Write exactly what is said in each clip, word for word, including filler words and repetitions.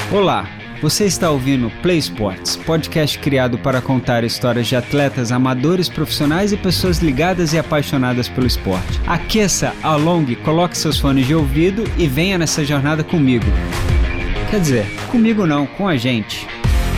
Olá, você está ouvindo Play Sports, podcast criado para contar histórias de atletas amadores, profissionais e pessoas ligadas e apaixonadas pelo esporte. Aqueça, alongue, coloque seus fones de ouvido e venha nessa jornada comigo. Quer dizer, comigo não, com a gente.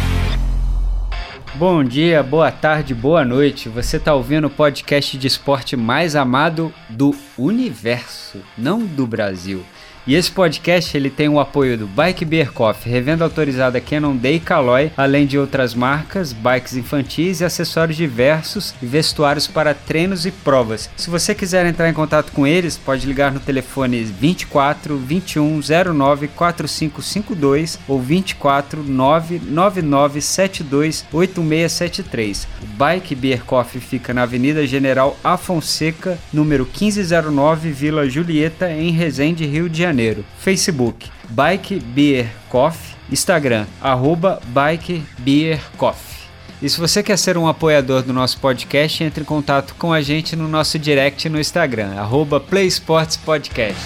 Bom dia, boa tarde, boa noite. Você está ouvindo o podcast de esporte mais amado do universo, não do Brasil. E esse podcast ele tem o apoio do Bike Beer Coffee, revenda autorizada Cannondale e Caloi, além de outras marcas, bikes infantis e acessórios diversos e vestuários para treinos e provas. Se você quiser entrar em contato com eles, pode ligar no telefone vinte e quatro, vinte e um, zero nove, quatro cinco cinco dois ou vinte e quatro, nove nove nove sete dois oito seis sete três. O Bike Beer Coffee fica na Avenida General Afonseca, número quinze zero nove, Vila Julieta, em Resende, Rio de Janeiro. Facebook, Bike Beer Coffee, Instagram, arroba Bike Beer Coffee. E se você quer ser um apoiador do nosso podcast, entre em contato com a gente no nosso direct no Instagram, arroba Play Sports Podcast.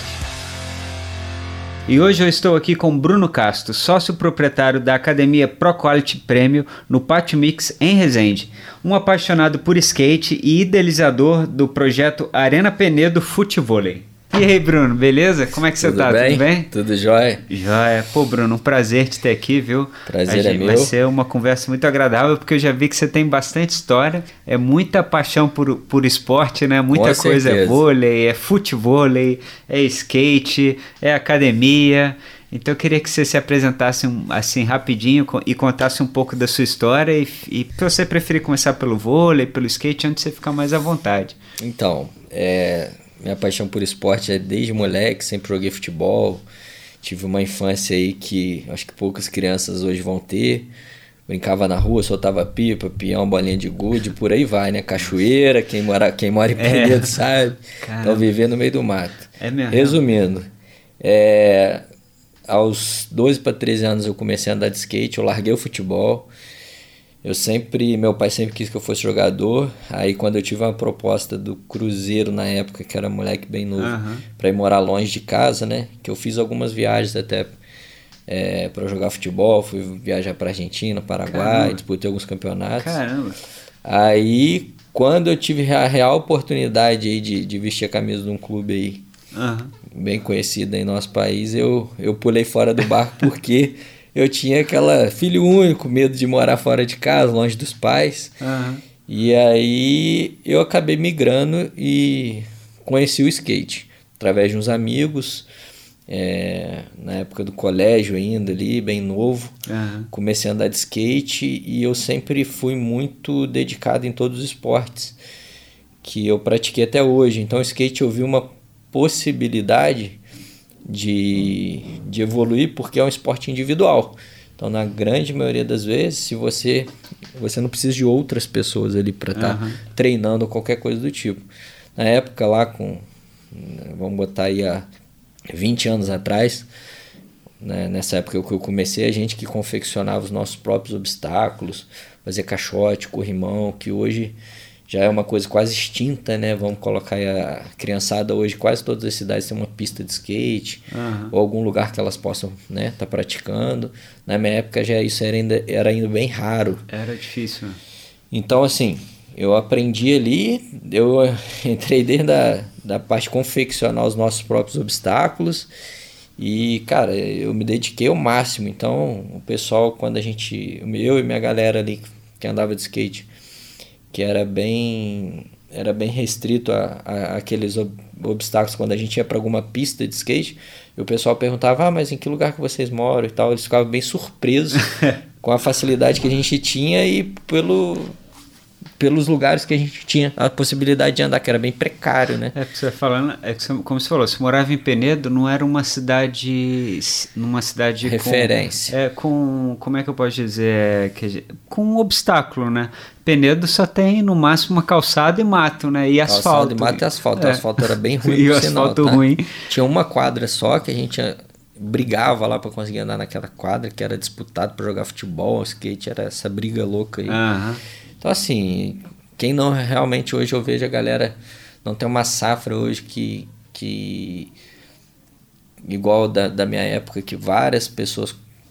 E hoje eu estou aqui com Bruno Castro, sócio proprietário da Academia Pro Quality Premium no Pátio Mix em Resende, um apaixonado por skate e idealizador do projeto Arena Penedo Futevôlei. E aí, Bruno, beleza? Como é que você Tudo tá? bem? Tudo bem? Tudo jóia. Jóia. Pô, Bruno, um prazer te ter aqui, viu? Prazer a é gente meu. Vai ser uma conversa muito agradável, porque eu já vi que você tem bastante história, é muita paixão por, por esporte, né? Muita Com coisa, certeza. É vôlei, é futevôlei, é skate, é academia. Então eu queria que você se apresentasse assim rapidinho e contasse um pouco da sua história e, e se você preferir começar pelo vôlei, pelo skate, onde você ficar mais à vontade. Então, é... minha paixão por esporte é desde moleque, sempre joguei futebol. Tive uma infância aí que acho que poucas crianças hoje vão ter. Brincava na rua, soltava pipa, peão, bolinha de gude, por aí vai, né? Cachoeira, quem mora, quem mora em Penedo é. sabe. Caramba. Então viver no meio do mato. É mesmo. Resumindo, é... aos doze para treze anos eu comecei a andar de skate, eu larguei o futebol. Eu sempre, meu pai sempre quis que eu fosse jogador. Aí quando eu tive uma proposta do Cruzeiro na época, que era moleque bem novo, uhum. para ir morar longe de casa, né? Que eu fiz algumas viagens até é, para jogar futebol. Fui viajar para Argentina, Paraguai, Caramba. disputei alguns campeonatos. Caramba! Aí quando eu tive a real oportunidade aí de, de vestir a camisa de um clube aí, uhum. bem conhecido em nosso país, eu, eu pulei fora do barco porque... eu tinha aquela filho único, medo de morar fora de casa, longe dos pais. Uhum. E aí eu acabei migrando e conheci o skate através de uns amigos. É, na época do colégio ainda ali, bem novo. Uhum. Comecei a andar de skate e eu sempre fui muito dedicado em todos os esportes que eu pratiquei até hoje. Então o skate eu vi uma possibilidade De, de evoluir porque é um esporte individual. Então na grande maioria das vezes, se você você não precisa de outras pessoas ali para estar tá uhum. treinando ou qualquer coisa do tipo. Na época lá com, vamos botar aí há vinte anos atrás, né, nessa época que eu comecei, a gente que confeccionava os nossos próprios obstáculos, fazia caixote, corrimão, que hoje já é uma coisa quase extinta, né? Vamos colocar aí a criançada hoje, quase todas as cidades têm uma pista de skate, uhum. ou algum lugar que elas possam, né, tá praticando. Na minha época já isso era ainda, era ainda bem raro. Era difícil. Então assim, eu aprendi ali, eu entrei desde a da parte de confeccionar os nossos próprios obstáculos e, cara, eu me dediquei ao máximo. Então o pessoal, quando a gente, eu e minha galera ali que andava de skate, que era bem, era bem restrito a, a, aqueles ob, obstáculos quando a gente ia para alguma pista de skate, e o pessoal perguntava, ah, mas em que lugar que vocês moram e tal, eles ficavam bem surpresos com a facilidade que a gente tinha e pelo, pelos lugares que a gente tinha, a possibilidade de andar, que era bem precário, né? É, que você falando, é que você, como você falou, você morava em Penedo, não era uma cidade, numa cidade referência. Com, é, com, como é que eu posso dizer, que, com um obstáculo, né? Penedo só tem no máximo uma calçada e mato, né? E calçada asfalto. Calçada e mato e asfalto. É. O asfalto era bem ruim. E o sinal, asfalto tá? ruim. Tinha uma quadra só que a gente brigava lá para conseguir andar naquela quadra, que era disputado para jogar futebol, skate, era essa briga louca aí. Uhum. Então assim, quem não realmente hoje eu vejo a galera, não tem uma safra hoje que, que igual da, da minha época, que várias pessoas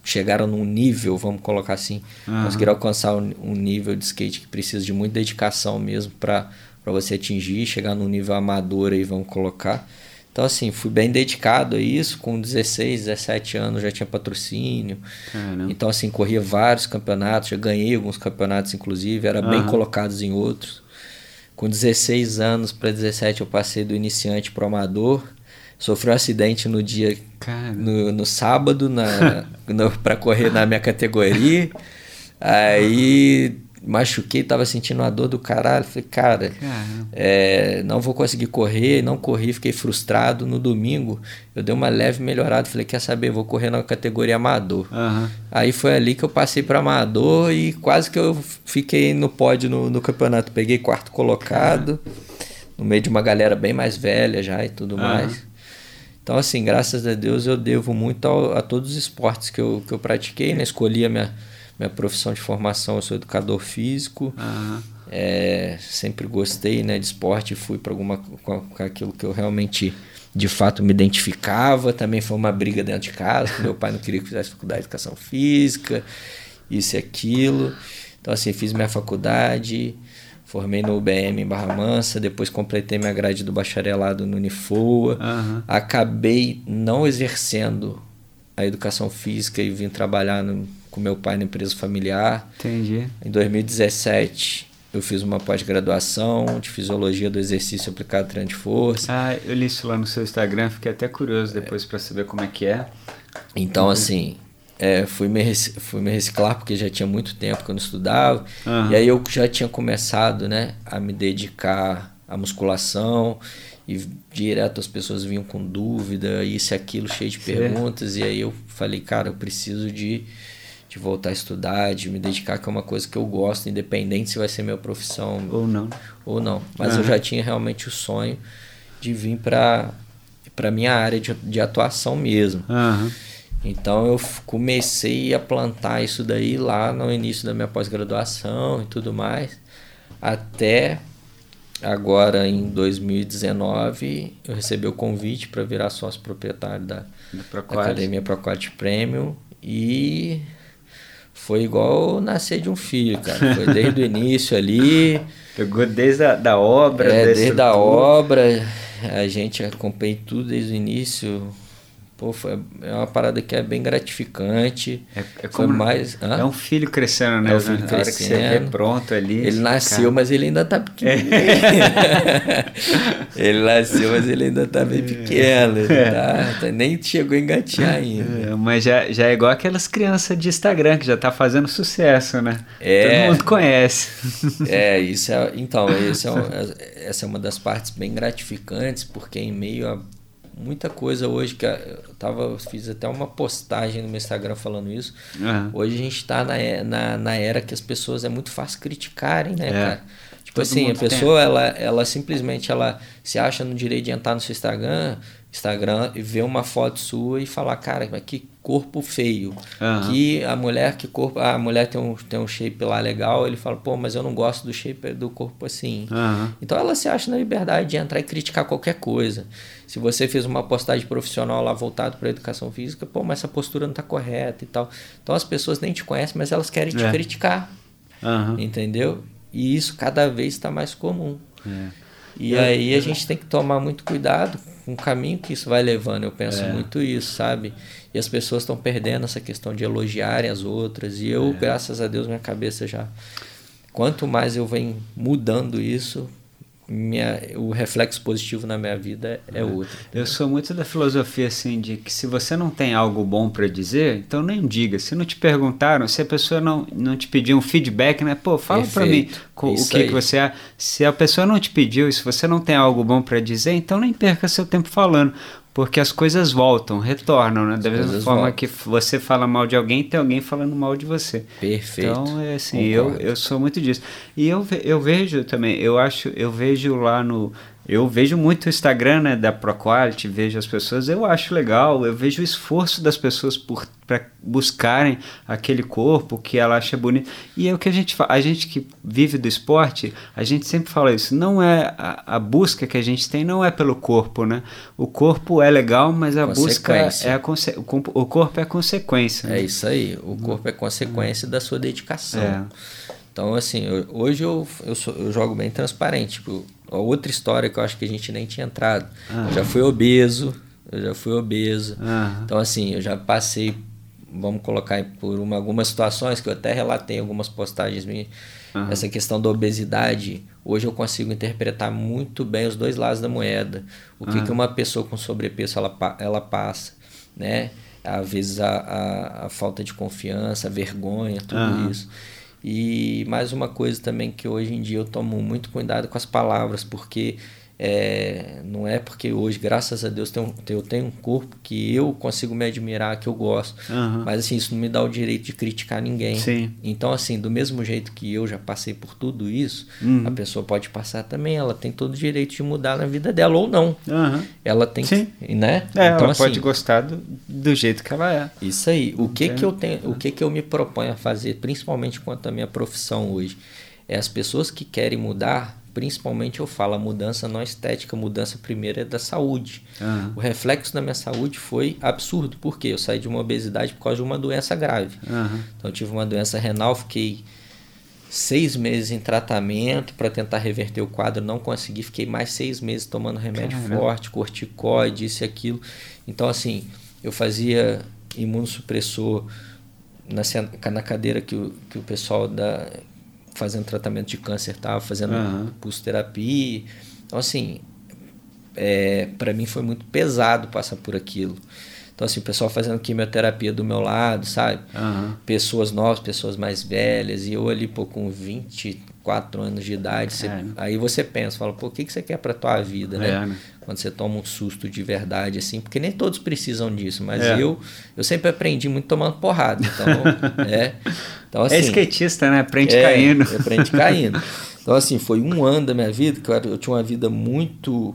chegaram num nível, vamos colocar assim, uhum. conseguiram alcançar um, um nível de skate que precisa de muita dedicação mesmo para você atingir, chegar num nível amador aí, vamos colocar. Então, assim, fui bem dedicado a isso. Com dezesseis, dezessete anos já tinha patrocínio. Caramba. Então, assim, corria vários campeonatos. Já ganhei alguns campeonatos, inclusive. Era uhum. bem colocados em outros. Com dezesseis anos para dezessete, eu passei do iniciante para o amador. Sofri um acidente no dia... No, no sábado, para correr na minha categoria. Aí... machuquei, tava sentindo uma dor do caralho. Falei, cara, é, não vou conseguir correr. Não corri, fiquei frustrado. No domingo, eu dei uma leve melhorada. Falei, quer saber, vou correr na categoria amador. Uhum. Aí foi ali que eu passei para amador e quase que eu fiquei no pódio no, no campeonato. Peguei quarto colocado, uhum. no meio de uma galera bem mais velha já e tudo uhum. mais. Então, assim, graças a Deus, eu devo muito ao, a todos os esportes que eu, que eu pratiquei, né? Escolhi a minha... Minha profissão de formação, eu sou educador físico, uhum. é, sempre gostei, né, de esporte, fui para alguma com, com aquilo que eu realmente, de fato, me identificava. Também foi uma briga dentro de casa, meu pai não queria que eu fizesse faculdade de educação física, isso e aquilo. Então, assim, fiz minha faculdade, formei no U B M em Barra Mansa, depois completei minha grade do bacharelado no Unifoa, uhum. acabei não exercendo a educação física e vim trabalhar no, com meu pai na empresa familiar. Entendi. Em dois mil e dezessete, eu fiz uma pós-graduação de Fisiologia do Exercício Aplicado ao Treino de Força. Ah, eu li isso lá no seu Instagram, fiquei até curioso depois é. para saber como é que é. Então, uhum. assim, é, fui, me rec... fui me reciclar porque já tinha muito tempo que eu não estudava. Uhum. E aí eu já tinha começado, né, a me dedicar à musculação. E direto as pessoas vinham com dúvida, isso e aquilo, cheio de Sim. perguntas. E aí eu falei, cara, eu preciso de, de voltar a estudar, de me dedicar, que é uma coisa que eu gosto, independente se vai ser minha profissão ou não. Ou não. Mas uhum. eu já tinha realmente o sonho de vir para a minha área de, de atuação mesmo. Uhum. Então eu comecei a plantar isso daí lá no início da minha pós-graduação e tudo mais, até... Agora, em dois mil e dezenove, eu recebi o convite para virar sócio proprietário da, da Academia ProQuad Premium e foi igual nascer de um filho, cara. Foi desde o início ali. Pegou desde a da obra. É, desde a obra. A gente acompanha tudo desde o início. Pô, foi, é uma parada que é bem gratificante. É, é, como, foi mais, é um filho crescendo, né? É um filho crescendo. Hora que você vê pronto ali. Ele nasceu, cara. Mas ele ainda tá pequeno. É. Ele nasceu, mas ele ainda tá bem pequeno. Ele tá, tá, nem chegou a engatear ainda. É, mas já, já é igual aquelas crianças de Instagram que já tá fazendo sucesso, né? É, todo mundo conhece. É, isso é... Então, esse é um, essa é uma das partes bem gratificantes, porque em meio a muita coisa hoje, que eu tava, fiz até uma postagem no meu Instagram falando isso. Uhum. Hoje a gente está na, na, na era que as pessoas é muito fácil criticarem, né, é. cara? Tipo Todo assim, a pessoa, ela, ela simplesmente ela se acha no direito de entrar no seu Instagram, Instagram e ver uma foto sua e falar, cara, mas que corpo feio. Uhum. Que a mulher, que corpo, a mulher tem um, tem um shape lá legal, ele fala, pô, mas eu não gosto do shape do corpo assim. Uhum. Então ela se acha na liberdade de entrar e criticar qualquer coisa. Se você fez uma postagem profissional lá voltado para a educação física, pô, mas essa postura não está correta e tal. Então as pessoas nem te conhecem, mas elas querem te é. criticar. Uhum. Entendeu? E isso cada vez está mais comum. É. E é. aí a gente tem que tomar muito cuidado com o caminho que isso vai levando. Eu penso é. muito isso, sabe? E as pessoas estão perdendo essa questão de elogiarem as outras. E eu, é. graças a Deus, minha cabeça já... Quanto mais eu venho mudando isso... Minha, o reflexo positivo na minha vida é, é outro. Eu sou muito da filosofia assim de que se você não tem algo bom para dizer, então nem diga. Se não te perguntaram, se a pessoa não, não te pediu um feedback, né? Pô, fala para mim o que, que você é. Se a pessoa não te pediu, se você não tem algo bom para dizer, então nem perca seu tempo falando. Porque as coisas voltam, retornam, né? Da as mesma forma voltam. Que você fala mal de alguém, tem alguém falando mal de você. Perfeito. Então, é assim, eu, eu sou muito disso. E eu, eu vejo também, eu acho, eu vejo lá no, Eu vejo muito o Instagram, né, da ProQuality, vejo as pessoas, eu acho legal, eu vejo o esforço das pessoas para buscarem aquele corpo que ela acha bonito. E é o que a gente fala, a gente que vive do esporte, a gente sempre fala isso, não é a, a busca que a gente tem não é pelo corpo, né? O corpo é legal, mas a busca é a conse- o corpo é a consequência. É né? isso aí, o corpo é consequência é. da sua dedicação. É. Então, assim, eu, hoje eu, eu, sou, eu jogo bem transparente. Tipo, a outra história que eu acho que a gente nem tinha entrado. Ah. Eu já fui obeso, eu já fui obeso. Ah. Então, assim, eu já passei, vamos colocar aí, por uma, algumas situações que eu até relatei em algumas postagens minhas. Ah. Essa questão da obesidade, hoje eu consigo interpretar muito bem os dois lados da moeda. O que, ah. que uma pessoa com sobrepeso ela, ela passa, né? Às vezes a, a, a falta de confiança, a vergonha, tudo ah. isso. E mais uma coisa também que hoje em dia eu tomo muito cuidado com as palavras, porque é, não é porque hoje, graças a Deus, tenho, eu tenho um corpo que eu consigo me admirar, que eu gosto, uhum. mas assim, isso não me dá o direito de criticar ninguém. Sim. Então, assim, do mesmo jeito que eu já passei por tudo isso, uhum. a pessoa pode passar também, ela tem todo o direito de mudar na vida dela ou não. Uhum. Ela tem Sim. que, né? É, então, ela assim, pode gostar do, do jeito que ela é. Isso aí. O que, que eu tenho, o que, que eu me proponho a fazer, principalmente quanto à minha profissão hoje, é as pessoas que querem mudar. Principalmente eu falo, a mudança não é estética, a mudança primeiro é da saúde. Uhum. O reflexo da minha saúde foi absurdo, porque eu saí de uma obesidade por causa de uma doença grave. Uhum. Então eu tive uma doença renal, fiquei seis meses em tratamento para tentar reverter o quadro, não consegui, fiquei mais seis meses tomando remédio Caramba. forte, corticoide, isso e aquilo. Então assim, eu fazia imunossupressor na, na cadeira que o, que o pessoal da... fazendo tratamento de câncer, estava fazendo uhum. pulsoterapia. Então, assim, é, para mim foi muito pesado passar por aquilo. Então, assim, o pessoal fazendo quimioterapia do meu lado, sabe? Uhum. Pessoas novas, pessoas mais velhas, e eu ali, pô, com vinte e quatro anos de idade, você, é, né? Aí você pensa, fala, pô, o que, que você quer pra tua vida, né? É, né? Quando você toma um susto de verdade, assim, porque nem todos precisam disso, mas é. eu, eu sempre aprendi muito tomando porrada, então, é... Então, assim, é skatista, né? Aprende é, caindo. Aprende caindo. Então, assim, foi um ano da minha vida que eu, eu tinha uma vida muito,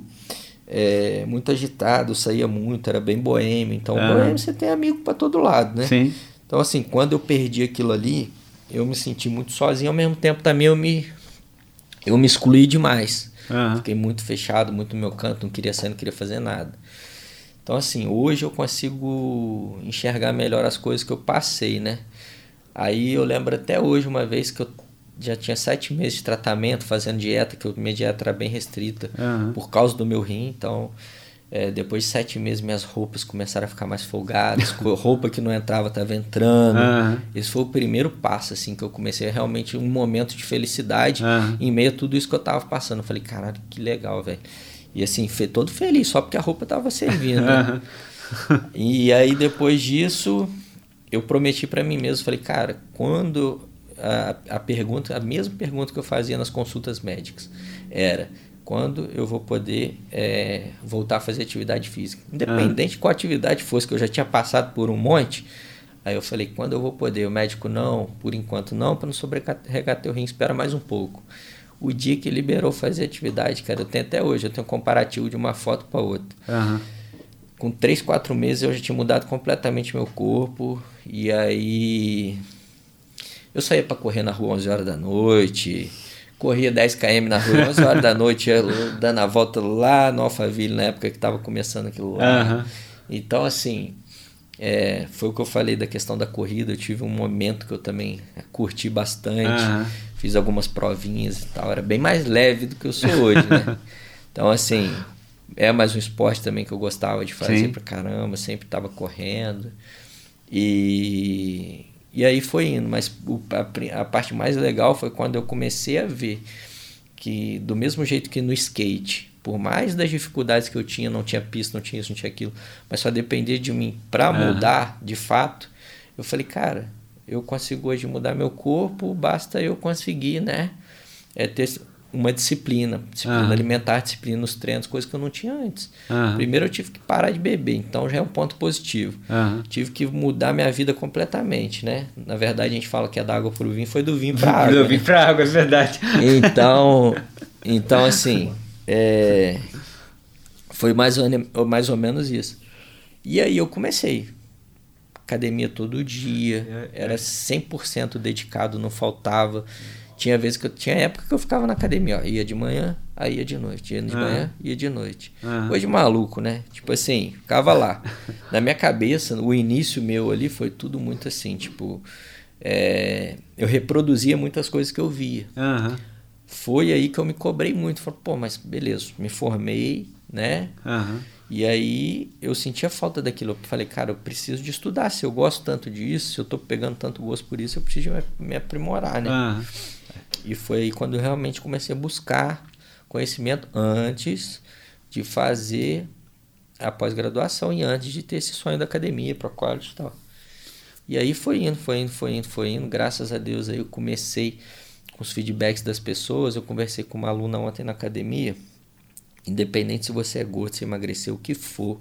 é, muito agitada, eu saía muito, era bem boêmio. Então, ah. boêmio você tem amigo para todo lado, né? Sim. Então, assim, quando eu perdi aquilo ali, eu me senti muito sozinho. Ao mesmo tempo, também eu me, eu me excluí demais. Uhum. Fiquei muito fechado, muito no meu canto, não queria sair, não queria fazer nada. Então, assim, hoje eu consigo enxergar melhor as coisas que eu passei, né? Aí eu lembro até hoje uma vez que eu já tinha sete meses de tratamento, fazendo dieta, que a minha dieta era bem restrita uhum. por causa do meu rim. Então, é, depois de sete meses, minhas roupas começaram a ficar mais folgadas. Roupa que não entrava estava entrando. Uhum. Esse foi o primeiro passo, assim, que eu comecei realmente um momento de felicidade uhum. em meio a tudo isso que eu tava passando. Eu falei, caralho, que legal, velho. E assim, foi todo feliz, só porque a roupa tava servindo. Né? Uhum. E aí, depois disso... eu prometi para mim mesmo, falei, cara, quando a, a pergunta, a mesma pergunta que eu fazia nas consultas médicas era, quando eu vou poder é, voltar a fazer atividade física? Independente de qual atividade fosse, que eu já tinha passado por um monte, aí eu falei, quando eu vou poder? O médico, não, por enquanto não, para não sobrecarregar teu rim, espera mais um pouco. O dia que liberou fazer atividade, cara, eu tenho até hoje, eu tenho um comparativo de uma foto para outra. Uhum. Com três, quatro meses eu já tinha mudado completamente meu corpo. E aí eu saía para correr na rua onze horas da noite, corria dez quilômetros na rua onze horas da noite, dando a volta lá no Alphaville, na época que estava começando aquilo lá. Uhum. Então, assim, é, foi o que eu falei da questão da corrida. Eu tive um momento que eu também curti bastante, uhum. fiz algumas provinhas e tal. Era bem mais leve do que eu sou hoje, né? Então, assim... é mais um esporte também que eu gostava de fazer Sim. pra caramba, sempre estava correndo. E, e aí foi indo, mas o, a, a parte mais legal foi quando eu comecei a ver que, do mesmo jeito que no skate, por mais das dificuldades que eu tinha, não tinha pista, não tinha isso, não tinha aquilo, mas só dependia de mim para uhum. mudar de fato, eu falei, cara, eu consigo hoje mudar meu corpo, basta eu conseguir, né, é, ter uma disciplina, disciplina uhum. alimentar, disciplina nos treinos, coisa que eu não tinha antes. Uhum. Primeiro eu tive que parar de beber, então já é um ponto positivo. Uhum. Tive que mudar minha vida completamente, né? Na verdade a gente fala que é da água pro vinho, foi do vinho pra água. Do né? vinho pra água, é verdade. Então, então assim, é, foi mais ou, mais ou menos isso. E aí eu comecei. Academia todo dia, era cem por cento dedicado, não faltava. Tinha vezes que eu, tinha época que eu ficava na academia, ó, ia de manhã, aí ia de noite, ia de uhum. manhã, ia de noite. Uhum. Coisa de maluco, né? Tipo assim, ficava lá. Na minha cabeça, o início meu ali foi tudo muito assim, tipo, é, eu reproduzia muitas coisas que eu via. Uhum. Foi aí que eu me cobrei muito, falei, pô, mas beleza, me formei, né? Uhum. E aí eu sentia falta daquilo. Eu falei, cara, eu preciso de estudar. Se eu gosto tanto disso, se eu tô pegando tanto gosto por isso, eu preciso me aprimorar, né? Uhum. E foi aí quando eu realmente comecei a buscar conhecimento antes de fazer a pós-graduação e antes de ter esse sonho da academia para college e tal. E aí foi indo, foi indo, foi indo, foi indo. Graças a Deus aí eu comecei com os feedbacks das pessoas. Eu conversei com uma aluna ontem na academia. Independente se você é gordo, se emagreceu, o que for,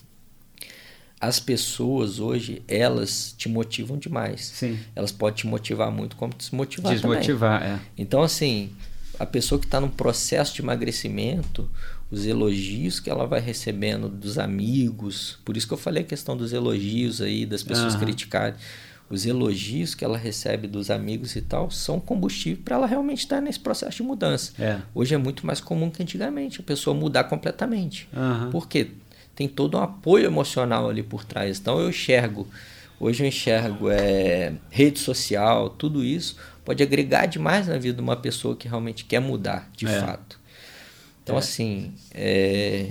as pessoas hoje, elas te motivam demais. Sim. Elas podem te motivar muito, como desmotivar, desmotivar também. É. Então, assim, a pessoa que está num processo de emagrecimento, os elogios que ela vai recebendo dos amigos, por isso que eu falei a questão dos elogios aí, das pessoas uhum. criticarem, os elogios que ela recebe dos amigos e tal são combustível para ela realmente estar nesse processo de mudança. É. Hoje é muito mais comum que antigamente a pessoa mudar completamente. Uhum. Por quê? Tem todo um apoio emocional ali por trás. Então eu enxergo, hoje eu enxergo é, rede social, tudo isso pode agregar demais na vida de uma pessoa que realmente quer mudar, de é. fato. Então é. assim, é...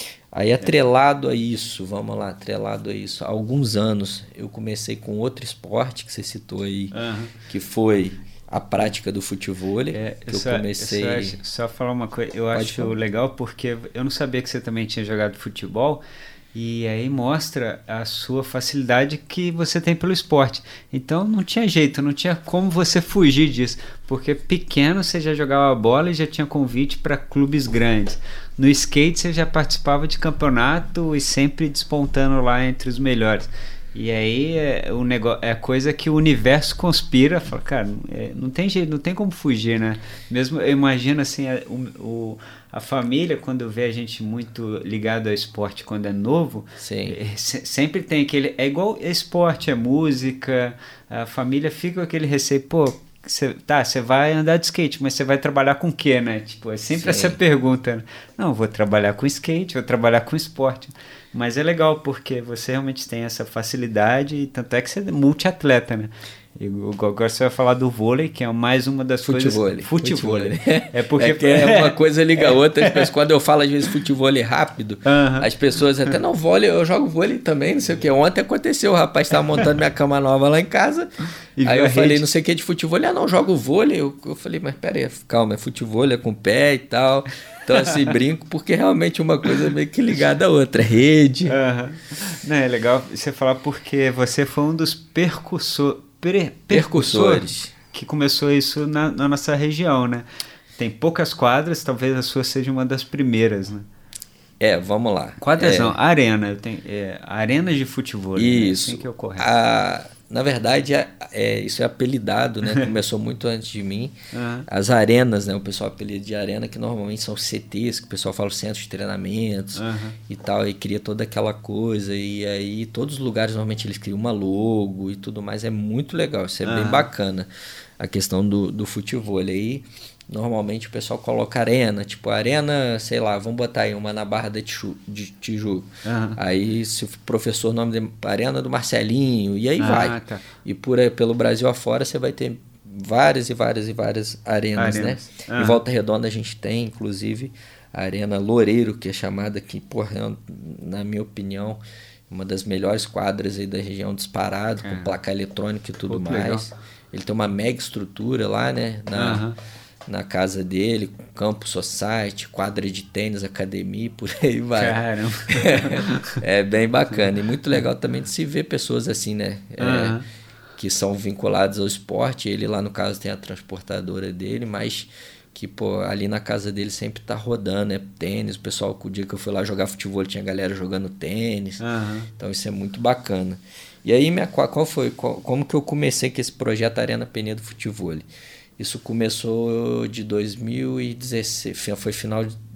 aí atrelado a isso, vamos lá, atrelado a isso, há alguns anos eu comecei com outro esporte que você citou aí, uhum. que foi a prática do futevôlei, é, que eu comecei... É, só, só falar uma coisa, eu Pode acho falar. legal porque eu não sabia que você também tinha jogado futebol, e aí mostra a sua facilidade que você tem pelo esporte. Então não tinha jeito, não tinha como você fugir disso, porque pequeno você já jogava bola e já tinha convite para clubes grandes. No skate você já participava de campeonato e sempre despontando lá entre os melhores. E aí é, o negócio, é a coisa que o universo conspira, fala, cara, é, não tem jeito, não tem como fugir, né? Mesmo eu imagino assim, a, o, a família, quando vê a gente muito ligado ao esporte quando é novo, é, se, sempre tem aquele, é igual esporte, é música, a família fica com aquele receio, pô, Cê, tá, você vai andar de skate, mas você vai trabalhar com o quê, né? Tipo, é sempre Sim. essa pergunta. Né? Não, vou trabalhar com skate, vou trabalhar com esporte. Mas é legal, porque você realmente tem essa facilidade, e tanto é que você é multiatleta, né? E agora você vai falar do vôlei, que é mais uma das futevôlei. coisas... Futevôlei. Futevôlei. É porque... É, que é uma coisa liga a outra. As pessoas, quando eu falo, às vezes, futevôlei rápido, uh-huh. as pessoas até, não, vôlei, eu jogo vôlei também, não sei o que. Ontem aconteceu, o rapaz estava montando minha cama nova lá em casa, e aí eu falei, rede. não sei o que de futevôlei. Ah, não, jogo vôlei. Eu, eu falei, mas pera aí, calma, é futevôlei, é com o pé e tal... Então, assim, brinco, porque realmente uma coisa é meio que ligada à outra, rede. Uhum. Não, é legal você falar porque você foi um dos percursor, per, percursores que começou isso na, na nossa região, né? Tem poucas quadras, talvez a sua seja uma das primeiras, né? É, vamos lá. Quadras é... não, arena. Eu tenho, é, arenas de futebol. Isso. Né? Assim que ocorre. A... Na verdade, é, é, isso é apelidado, né? Começou muito antes de mim. Uhum. As arenas, né? O pessoal apelida de arena, que normalmente são C Ts, que o pessoal fala centros de treinamentos uhum. e tal, e cria toda aquela coisa. E aí, todos os lugares, normalmente, eles criam uma logo e tudo mais. É muito legal, isso é uhum. bem bacana. A questão do, do futevôlei. Aí, normalmente, o pessoal coloca arena, tipo, arena, sei lá, vamos botar aí uma na Barra de Tijuca. Uhum. Aí, se o professor, o nome de arena do Marcelinho, e aí ah, vai. Tá. E por aí, pelo Brasil afora, você vai ter várias e várias e várias arenas, arenas. né? Uhum. Em Volta Redonda a gente tem, inclusive, a Arena Loureiro, que é chamada aqui, porra, na minha opinião, uma das melhores quadras aí da região, disparado, é. com placa eletrônica e tudo Pô, mais. Legal. Ele tem uma mega estrutura lá, né? Na, uhum. na casa dele, campo society, quadra de tênis, academia, por aí vai. Caramba. É, é bem bacana. E muito legal também de se ver pessoas assim, né? É, uhum. que são vinculadas ao esporte. Ele lá, no caso, tem a transportadora dele, mas que, pô, ali na casa dele sempre tá rodando, né? Tênis. O pessoal, o dia que eu fui lá jogar futebol, tinha galera jogando tênis. Uhum. Então, isso é muito bacana. E aí, minha, qual foi, qual, como que eu comecei com esse projeto Arena Penedo Futevôlei? Isso começou de dois mil e dezesseis, foi final de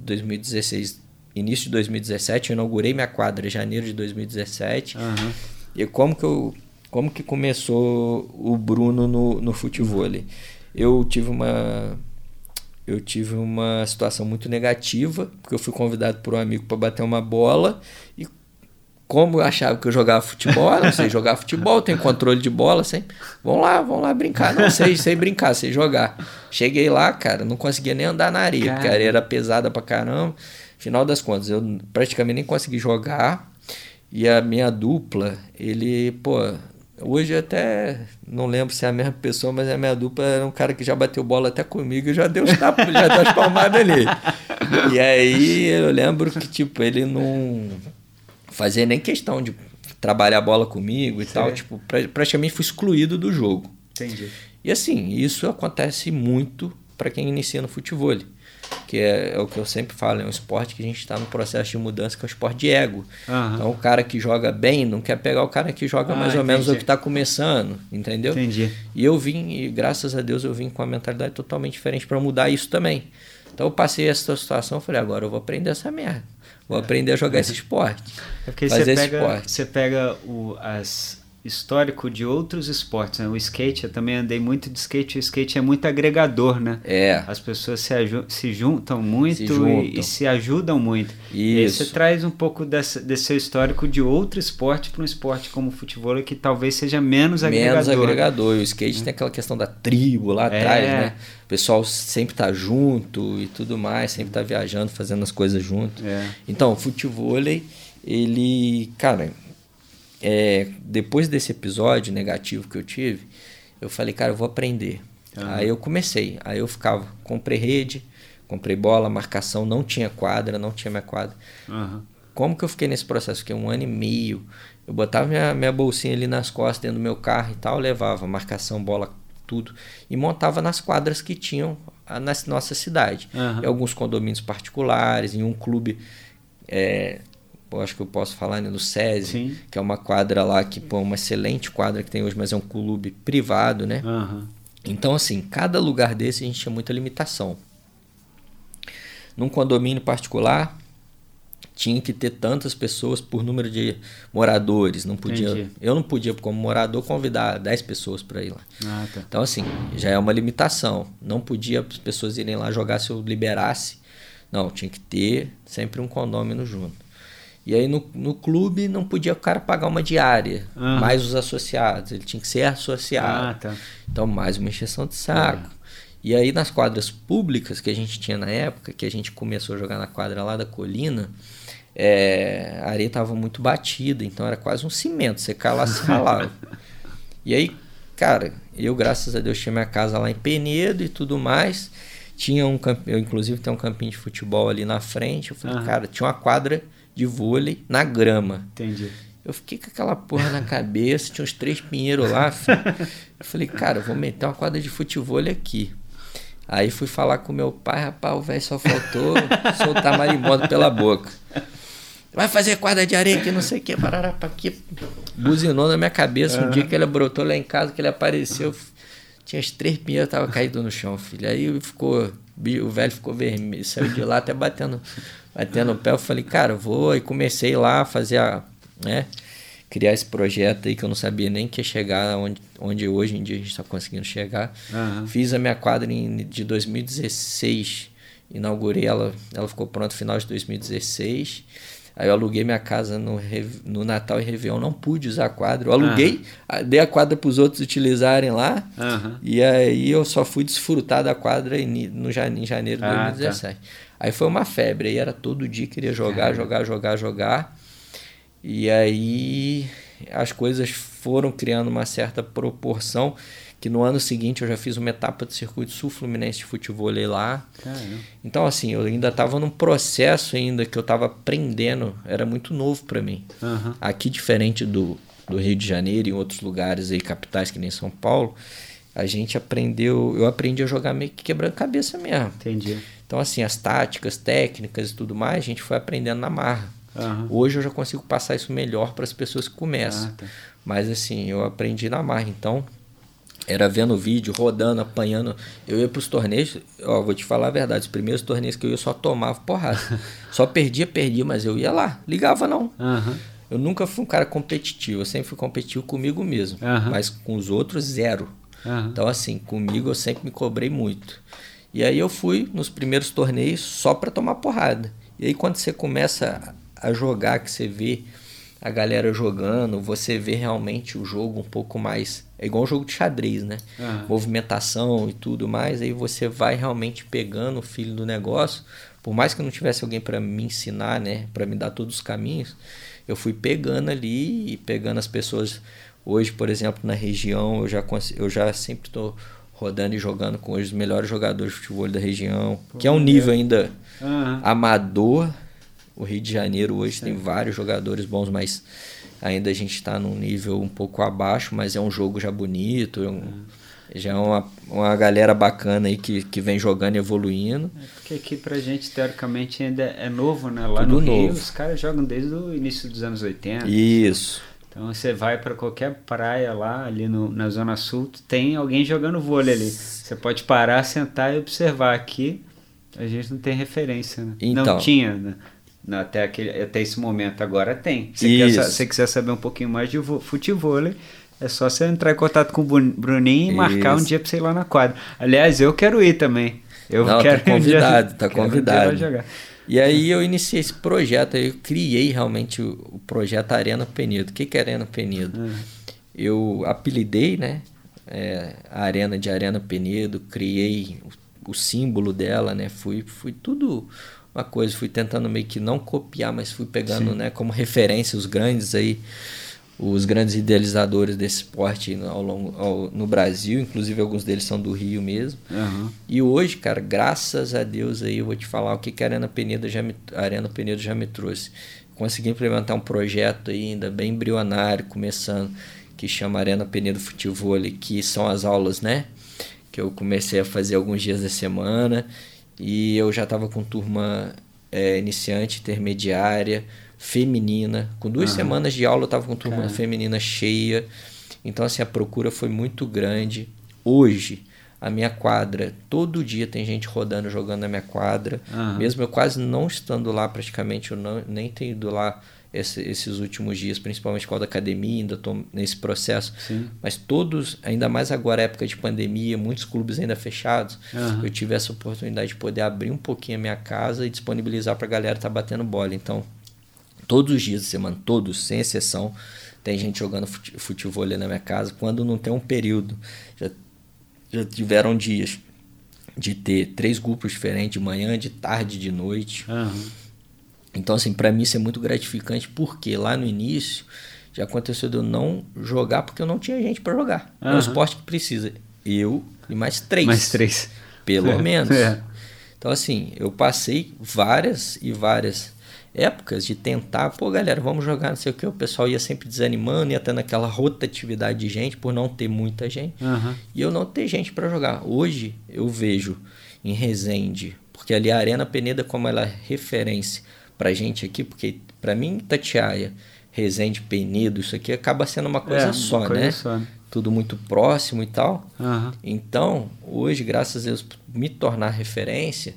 dois mil e dezesseis, início de dois mil e dezessete, eu inaugurei minha quadra em janeiro de dois mil e dezessete. Uhum. E como que, eu, como que começou o Bruno no, no futevôlei? Eu tive uma... Eu tive uma situação muito negativa, porque eu fui convidado por um amigo para bater uma bola e como eu achava que eu jogava futebol, não sei jogar futebol, tenho controle de bola, sei. Vamos lá, vamos lá brincar. Não sei, sei brincar, sei jogar. Cheguei lá, cara, não conseguia nem andar na areia, cara, porque a areia era pesada pra caramba. Final das contas, eu praticamente nem consegui jogar. E a minha dupla, ele, pô... Hoje eu até não lembro se é a mesma pessoa, mas a minha dupla era um cara que já bateu bola até comigo e já deu os tapas, já deu as palmadas ali. E aí eu lembro que, tipo, ele não fazia nem questão de trabalhar a bola comigo e Sim. tal. Tipo, pra, praticamente fui excluído do jogo. Entendi. E assim, isso acontece muito para quem inicia no futevôlei. Que é, é o que eu sempre falo, é um esporte que a gente está no processo de mudança, que é um esporte de ego. Uhum. Então o cara que joga bem não quer pegar o cara que joga ah, mais ou entendi. menos o que está começando, entendeu? Entendi. E eu vim, e graças a Deus eu vim com uma mentalidade totalmente diferente para mudar isso também. Então eu passei essa situação e falei, agora eu vou aprender essa merda. Vou é. aprender a jogar esse esporte. É porque fazer você pega, esporte. Você pega o, as... histórico de outros esportes, né? O skate, eu também andei muito de skate, o skate é muito agregador, né? É. As pessoas se, se juntam muito se juntam. E, e se ajudam muito. Isso. E aí você traz um pouco dessa, desse seu histórico de outro esporte para um esporte como o futebol, que talvez seja menos agregador. Menos agregador. E o skate é. tem aquela questão da tribo lá é. atrás, né? O pessoal sempre tá junto e tudo mais, sempre tá viajando, fazendo as coisas junto. É. Então, o futevôlei, ele, cara... É, depois desse episódio negativo que eu tive, eu falei, cara, eu vou aprender. Uhum. Aí eu comecei, aí eu ficava, comprei rede, comprei bola, marcação, não tinha quadra, não tinha minha quadra. Uhum. Como que eu fiquei nesse processo? Fiquei um ano e meio, eu botava minha, minha bolsinha ali nas costas, dentro do meu carro e tal, levava marcação, bola, tudo, e montava nas quadras que tinham na nossa cidade. Uhum. Em alguns condomínios particulares, em um clube... É, eu acho que eu posso falar, né, no SESI, Sim. que é uma quadra lá, que pô, uma excelente quadra que tem hoje, mas é um clube privado, né? Uhum. Então, assim, cada lugar desse a gente tinha muita limitação. Num condomínio particular, tinha que ter tantas pessoas por número de moradores. Não podia, eu não podia, como morador, convidar dez pessoas para ir lá. Ah, tá. Então, assim, já é uma limitação. Não podia as pessoas irem lá jogar se eu liberasse. Não, tinha que ter sempre um condômino junto. E aí no, no clube não podia o cara pagar uma diária, uhum. mais os associados, ele tinha que ser associado. Ah, tá. Então mais uma encheção de saco. Uhum. E aí nas quadras públicas que a gente tinha na época, que a gente começou a jogar na quadra lá da Colina, é, a areia estava muito batida, então era quase um cimento, você cai lá, se ralava. E aí, cara, eu graças a Deus tinha minha casa lá em Penedo e tudo mais, tinha um camp... eu inclusive tenho um campinho de futebol ali na frente, eu falei, uhum. cara, tinha uma quadra de vôlei na grama. Entendi. Eu fiquei com aquela porra na cabeça, tinha uns três pinheiros lá, filho. Eu falei, cara, eu vou meter uma quadra de futevôlei aqui. Aí fui falar com meu pai, rapaz, o velho só faltou soltar marimbondo pela boca. Vai fazer quadra de areia aqui, não sei o que, parará pra aqui. Buzinou na minha cabeça. Um uhum. dia que ele brotou lá em casa, que ele apareceu, tinha as três pinheiros, tava caído no chão, filho. Aí ficou, o velho ficou vermelho, saiu de lá até batendo... Batendo o pé, eu falei, cara, eu vou. E comecei lá a fazer a, né, criar esse projeto aí que eu não sabia nem que ia chegar onde, onde hoje em dia a gente está conseguindo chegar. Uhum. Fiz a minha quadra em, de dois mil e dezesseis, inaugurei ela, ela ficou pronta no final de dois mil e dezesseis. Aí eu aluguei minha casa no, no Natal e Réveillon, não pude usar a quadra. Eu aluguei, uhum. dei a quadra para os outros utilizarem lá, uhum. e aí eu só fui desfrutar da quadra em, no, em janeiro de ah, dois mil e dezessete. Tá. Aí foi uma febre, aí era todo dia, queria jogar, é. jogar, jogar, jogar. E aí as coisas foram criando uma certa proporção, que no ano seguinte eu já fiz uma etapa do Circuito Sul-Fluminense de futevôlei lá. Caramba. Então assim, eu ainda estava num processo ainda que eu estava aprendendo, era muito novo para mim. Uhum. Aqui, diferente do, do Rio de Janeiro e em outros lugares aí, capitais que nem São Paulo, a gente aprendeu, eu aprendi a jogar meio que quebrando cabeça mesmo. Entendi. Então, assim, as táticas, técnicas e tudo mais, a gente foi aprendendo na marra. Uhum. Hoje eu já consigo passar isso melhor para as pessoas que começam. Ah, tá. Mas, assim, eu aprendi na marra. Então, Era vendo vídeo, rodando, apanhando. Eu ia pros torneios, ó, vou te falar a verdade, os primeiros torneios que eu ia só tomava porrada. Só perdia, perdia, mas eu ia lá, ligava não. Uhum. Eu nunca fui um cara competitivo, eu sempre fui competitivo comigo mesmo, uhum. mas com os outros, zero. Uhum. Então assim, comigo eu sempre me cobrei muito. E aí eu fui nos primeiros torneios só para tomar porrada. E aí quando você começa a jogar, que você vê a galera jogando, você vê realmente o jogo um pouco mais... É igual um jogo de xadrez, né? Uhum. Movimentação e tudo mais, aí você vai realmente pegando o filho do negócio. Por mais que eu não tivesse alguém para me ensinar, né? Para me dar todos os caminhos, eu fui pegando ali e pegando as pessoas. Hoje, por exemplo, na região, eu já, eu já sempre estou rodando e jogando com hoje os melhores jogadores de futebol da região, Pô, que é um nível ainda uhum. amador. O Rio de Janeiro hoje Sim. tem vários jogadores bons, mas ainda a gente está num nível um pouco abaixo, mas é um jogo já bonito, é um, uhum. já é uma, uma galera bacana aí que, que vem jogando e evoluindo. É porque aqui pra gente, teoricamente, ainda é novo, né? Lá Tudo no novo. Rio, os caras jogam desde o início dos anos oitenta. Isso. Então você vai para qualquer praia lá, ali no, na Zona Sul, tem alguém jogando vôlei ali. Você pode parar, sentar e observar. Aqui a gente não tem referência, né? Então. Não tinha, né? Até, aquele, até esse momento, agora tem. Se você quer, quiser saber um pouquinho mais de futevôlei, é só você entrar em contato com o Bruninho e Isso. marcar um dia pra você ir lá na quadra. Aliás, eu quero ir também. Eu Não, quero tá convidado, um dia, tá convidado. Um jogar. E aí eu iniciei esse projeto, eu criei realmente o, o projeto Arena Penedo. O que que é Arena Penedo? Uhum. Eu apelidei, né, é, a arena de Arena Penedo, criei o, o símbolo dela, né, fui, fui tudo... uma coisa, fui tentando meio que não copiar, mas fui pegando, né, como referência os grandes aí, os grandes idealizadores desse esporte ao longo, ao, no Brasil, inclusive alguns deles são do Rio mesmo. Uhum. E hoje, cara, graças a Deus aí, eu vou te falar o que, que a Arena Penedo já me, a Arena Penedo já me trouxe. Consegui implementar um projeto aí ainda bem embrionário, começando, que chama Arena Penedo Futevôlei, que são as aulas, né, que eu comecei a fazer alguns dias da semana. E eu já estava com turma é, iniciante, intermediária, feminina. Com duas uhum. semanas de aula eu estava com turma Caramba. feminina cheia. Então assim, a procura foi muito grande. Hoje, a minha quadra, todo dia tem gente rodando, jogando na minha quadra. Uhum. Mesmo eu quase não estando lá praticamente, eu não, nem tenho ido lá esse, esses últimos dias, principalmente com a da academia, ainda estou nesse processo. Sim. Mas todos, ainda mais agora, época de pandemia, muitos clubes ainda fechados, uhum. eu tive essa oportunidade de poder abrir um pouquinho a minha casa e disponibilizar para a galera estar tá batendo bola. Então, todos os dias da semana, todos, sem exceção, tem gente jogando fute, futevôlei na minha casa. Quando não tem um período, já, já tiveram dias de ter três grupos diferentes, de manhã, de tarde, de noite. Uhum. Então, assim, para mim isso é muito gratificante, porque lá no início já aconteceu de eu não jogar porque eu não tinha gente para jogar. Uhum. É um esporte que precisa eu e mais três. Mais três. Pelo é. menos. É. Então, assim, eu passei várias e várias épocas de tentar, pô, galera, vamos jogar, não sei o que. O pessoal ia sempre desanimando, ia tendo aquela rotatividade de gente por não ter muita gente. Uhum. E eu não ter gente para jogar. Hoje eu vejo em Resende, porque ali a Arena Penedo, como ela é referência pra gente aqui, porque pra mim Itatiaia, Resende, Penedo, isso aqui acaba sendo uma coisa é, só, uma coisa né? Só, né? Tudo muito próximo e tal. Uhum. Então, hoje, graças a Deus, me tornar referência,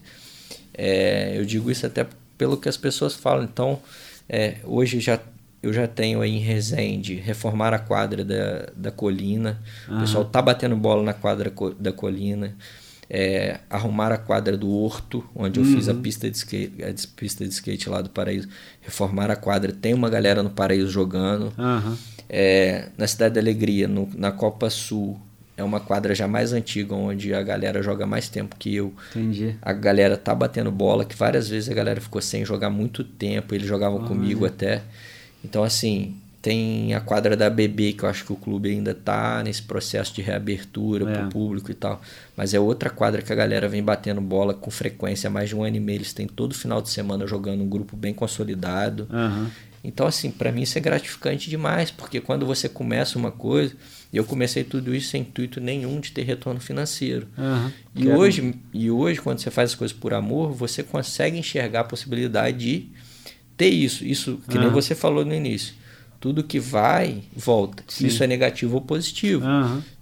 é, eu digo isso até pelo que as pessoas falam. Então, é, hoje já, eu já tenho aí em Resende reformar a quadra da, da Colina. Uhum. O pessoal tá batendo bola na quadra da Colina. É, arrumar a quadra do Horto, onde eu uhum. fiz a pista de skate, a pista de skate lá do Paraíso, reformar a quadra, tem uma galera no Paraíso jogando. Uhum. É, na Cidade da Alegria, no, na Copa Sul, é uma quadra já mais antiga, onde a galera joga mais tempo que eu. Entendi. A galera tá batendo bola, que várias vezes a galera ficou sem jogar muito tempo, eles jogavam oh, comigo é. até. Então, assim, tem a quadra da B B, que eu acho que o clube ainda tá nesse processo de reabertura é. pro público e tal. Mas é outra quadra que a galera vem batendo bola com frequência há mais de um ano e meio. Eles têm todo final de semana jogando um grupo bem consolidado. Uhum. Então, assim, para mim isso é gratificante demais, porque quando você começa uma coisa... Eu comecei tudo isso sem intuito nenhum de ter retorno financeiro. Uhum. E, hoje, e hoje, quando você faz as coisas por amor, você consegue enxergar a possibilidade de ter isso. Isso, que uhum. nem você falou no início. Tudo que vai, volta. Sim. Isso é negativo ou positivo. Uhum.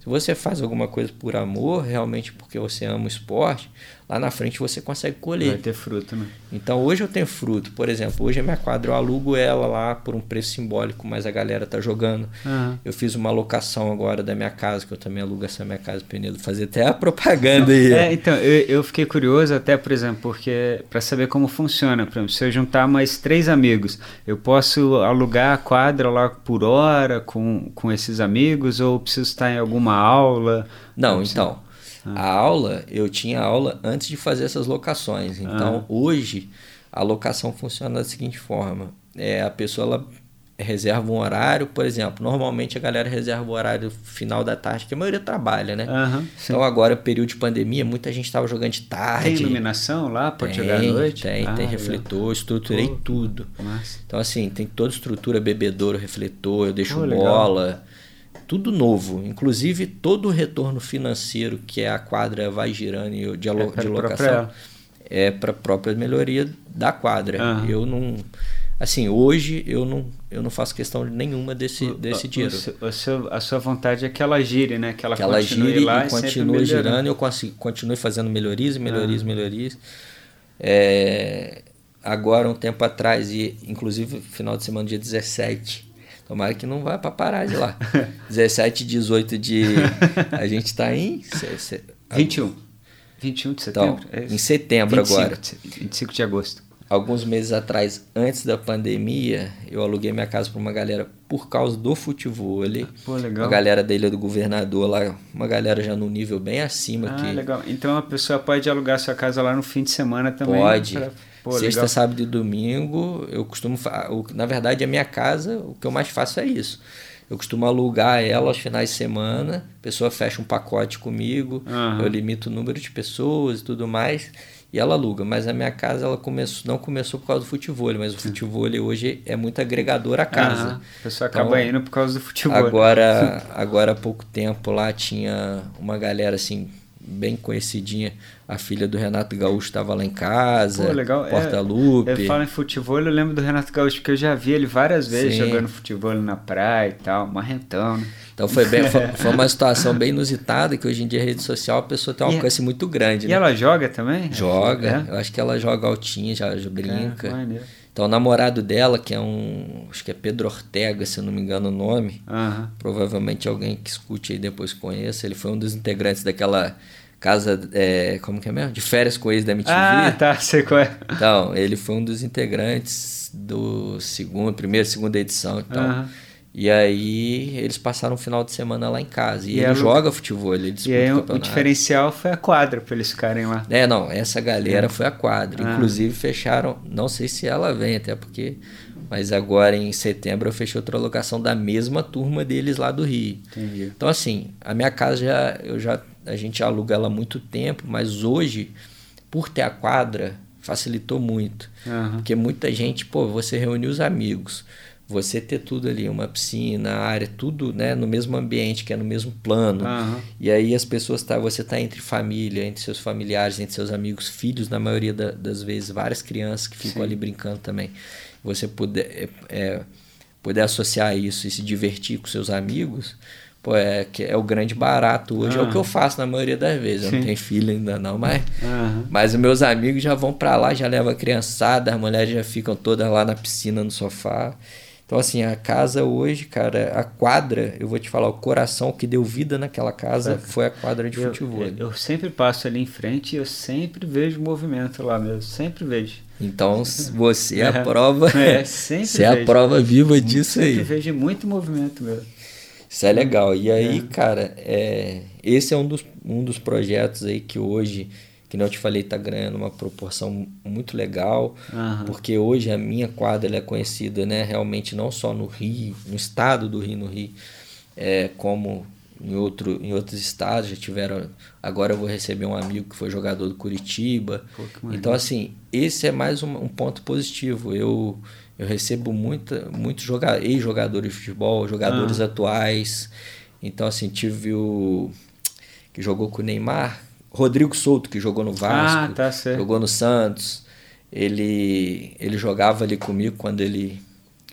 Se você faz alguma coisa por amor, realmente porque você ama o esporte, lá na frente você consegue colher. Vai ter fruto, né? Então hoje eu tenho fruto. Por exemplo, hoje a minha quadra eu alugo ela lá por um preço simbólico, mas a galera tá jogando. Uhum. Eu fiz uma locação agora da minha casa, que eu também alugo essa minha casa, Penedo, fazer até a propaganda aí. É, então, eu, eu fiquei curioso até, por exemplo, porque para saber como funciona. Por exemplo, se eu juntar mais três amigos, eu posso alugar a quadra lá por hora com, com esses amigos ou preciso estar em alguma aula? Não, então, ah. a aula, eu tinha aula antes de fazer essas locações. Então, ah. hoje, a locação funciona da seguinte forma. É, a pessoa ela reserva um horário, por exemplo, normalmente a galera reserva o horário final da tarde, que a maioria trabalha, né? Uhum, então, agora, período de pandemia, muita gente estava jogando de tarde. Tem iluminação lá? Pode tem, jogar à noite? Tem, ah, tem refletor, estruturei Pô, tudo. Massa. Então, assim, tem toda estrutura, bebedouro, refletor, eu deixo Pô, bola... Legal. Tudo novo, inclusive todo o retorno financeiro que a quadra vai girando de, alo- é de locação é para a própria melhoria da quadra. Uhum. Eu não, assim, hoje eu não, eu não faço questão nenhuma desse, o, desse dinheiro. O seu, a sua vontade é que ela gire, né? Que ela, que ela gire lá e, e continue girando, eu consigo, continue fazendo melhorias, melhorias, uhum. melhorias. É, agora, um tempo atrás, e inclusive final de semana, dia dezessete, tomara que não vá para parar de lá. dezessete e dezoito de... A gente está em... vinte e um. vinte e um de setembro? Então, é em setembro vinte e cinco, agora. vinte e cinco de agosto. Alguns meses atrás, antes da pandemia, eu aluguei minha casa para uma galera por causa do futebol ali. Pô, legal. A galera da Ilha do Governador lá, uma galera já no nível bem acima. Ah, que... legal. Então a pessoa pode alugar sua casa lá no fim de semana também? Pode. Pra... Pô, Sexta, legal. sábado e domingo, eu costumo... Na verdade, a minha casa, o que eu mais faço é isso. Eu costumo alugar ela aos finais de semana, a pessoa fecha um pacote comigo, uhum. eu limito o número de pessoas e tudo mais, e ela aluga. Mas a minha casa ela começou, não começou por causa do futebol, mas o futebol hoje é muito agregador à casa. Uhum. A pessoa acaba então, indo por causa do futebol. Agora, agora há pouco tempo lá tinha uma galera assim... bem conhecidinha, a filha do Renato Gaúcho estava lá em casa. Pô, legal. Porta-Lupe. É, eu falo em futebol, eu lembro do Renato Gaúcho, porque eu já vi ele várias vezes Sim. jogando futebol na praia e tal, marrentão, né? Então foi, bem, foi, foi uma situação bem inusitada, que hoje em dia a rede social a pessoa tem um e, alcance muito grande. E né? ela joga também? Joga, é? Eu acho que ela joga altinha, já, já brinca. É, então o namorado dela, que é um, acho que é Pedro Ortega, se eu não me engano o nome, uhum. provavelmente alguém que escute aí depois conheça, ele foi um dos integrantes daquela... casa, é, como que é mesmo? De férias com ex da M T V. Ah, tá, sei qual é. Então, ele foi um dos integrantes do segundo, primeira, segunda edição e tal. Uhum. E aí, eles passaram um final de semana lá em casa. E, e ele ela... joga futebol, ele disputa e aí, o campeonato. O diferencial foi a quadra, para eles ficarem lá. É, não, essa galera é. foi a quadra. Uhum. Inclusive, fecharam, não sei se ela vem, até porque... Mas agora, em setembro, eu fechei outra locação da mesma turma deles lá do Rio. Entendi. Então, assim, a minha casa, já, eu já, a gente aluga ela há muito tempo, mas hoje, por ter a quadra, facilitou muito. Uhum. Porque muita gente, pô, você reunir os amigos, você ter tudo ali, uma piscina, área, tudo né, no mesmo ambiente, que é no mesmo plano. Uhum. E aí as pessoas, tá, você tá entre família, entre seus familiares, entre seus amigos, filhos, na maioria da, das vezes, várias crianças que ficam Sim. ali brincando também. Você puder, é, puder associar isso e se divertir com seus amigos, pô, é, que é o grande barato hoje, uhum. é o que eu faço na maioria das vezes. Eu Sim. não tenho filho ainda não, mas, uhum. mas os meus amigos já vão para lá, já levam a criançada, as mulheres já ficam todas lá na piscina, no sofá. Então, assim, a casa hoje, cara, a quadra, eu vou te falar, o coração que deu vida naquela casa é. foi a quadra de eu, futebol. Eu, eu sempre passo ali em frente e eu sempre vejo movimento lá mesmo, sempre vejo. Então, você é a prova, é, sempre você é a prova viva disso sempre aí. Sempre vejo muito movimento mesmo. Isso é legal. E aí, é. cara, é, esse é um dos, um dos projetos aí que hoje... que não te falei, está ganhando uma proporção muito legal, uhum. porque hoje a minha quadra ela é conhecida, né, realmente não só no Rio, no estado do Rio, no Rio, é, como em, outro, em outros estados, já tiveram, agora eu vou receber um amigo que foi jogador do Curitiba, Pô, então assim, esse é mais um, um ponto positivo, eu, eu recebo muita, muitos joga, ex-jogadores de futebol, jogadores uhum. atuais, então assim, tive o que jogou com o Neymar, Rodrigo Souto, que jogou no Vasco, ah, tá jogou no Santos, ele, ele jogava ali comigo quando ele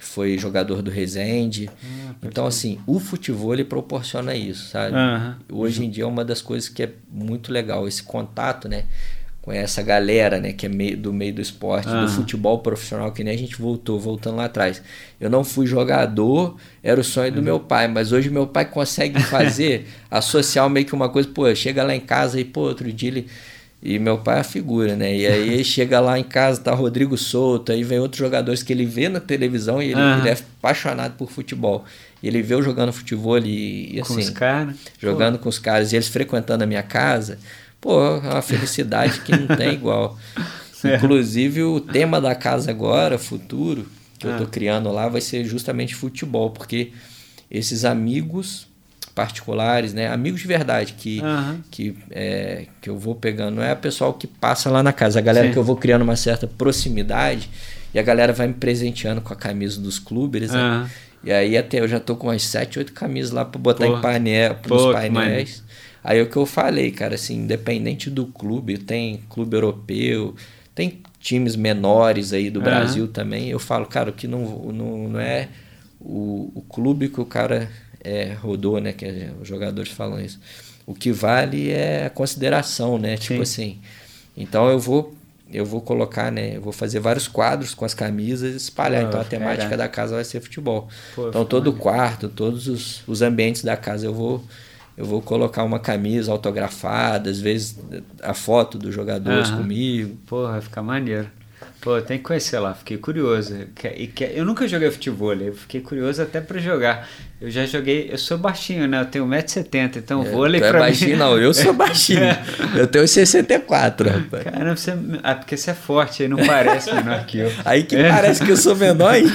foi jogador do Resende. Ah, então, assim, o futebol ele proporciona isso, sabe? Uhum. Hoje em dia é uma das coisas que é muito legal, esse contato, né? Com essa galera, né, que é meio, do meio do esporte, uhum. do futebol profissional, que nem a gente voltou, voltando lá atrás. Eu não fui jogador, era o sonho do uhum. meu pai, mas hoje meu pai consegue fazer, associar meio que uma coisa, pô, chega lá em casa e, pô, outro dia ele... E meu pai é a figura, né? E aí chega lá em casa, tá Rodrigo Souto, aí vem outros jogadores que ele vê na televisão e ele, uhum. ele é apaixonado por futebol. E ele vê eu jogando futebol e, e assim... Com os caras? Jogando pô. com os caras e eles frequentando a minha casa... Pô, é uma felicidade que não tem igual. É. Inclusive, o tema da casa agora, futuro, que ah. eu tô criando lá, vai ser justamente futebol, porque esses amigos particulares, né, amigos de verdade, que, uhum. que, é, que eu vou pegando, não é o pessoal que passa lá na casa, a galera Sim. que eu vou criando uma certa proximidade, e a galera vai me presenteando com a camisa dos clubes, né? Uhum. E aí até eu já tô com umas sete, oito camisas lá para botar Pô. em painel, nos Pô, painéis. Aí é o que eu falei, cara, assim, independente do clube, tem clube europeu, tem times menores aí do uhum. Brasil também, eu falo, cara, o que não, não, não é o, o clube que o cara é, rodou, né, que é, os jogadores falam isso, o que vale é a consideração, né, Sim. tipo assim, então eu vou, eu vou colocar, né, eu vou fazer vários quadros com as camisas e espalhar, Pô, então a temática cara. da casa vai ser futebol, Pô, então todo o quarto, todos os, os ambientes da casa eu vou... Eu vou colocar uma camisa autografada, às vezes a foto dos jogadores uhum. comigo. Porra, vai ficar maneiro. Pô, tem que conhecer lá, fiquei curioso. Eu nunca joguei futebol, eu fiquei curioso até pra jogar. Eu já joguei, eu sou baixinho, né? Eu tenho um metro e setenta, então é, vôlei pra é mim... baixinho não, eu sou baixinho. Eu tenho sessenta e quatro, rapaz. Caramba, você... ah, porque você é forte, aí não parece menor que eu. Aí que é. parece que eu sou menor, hein?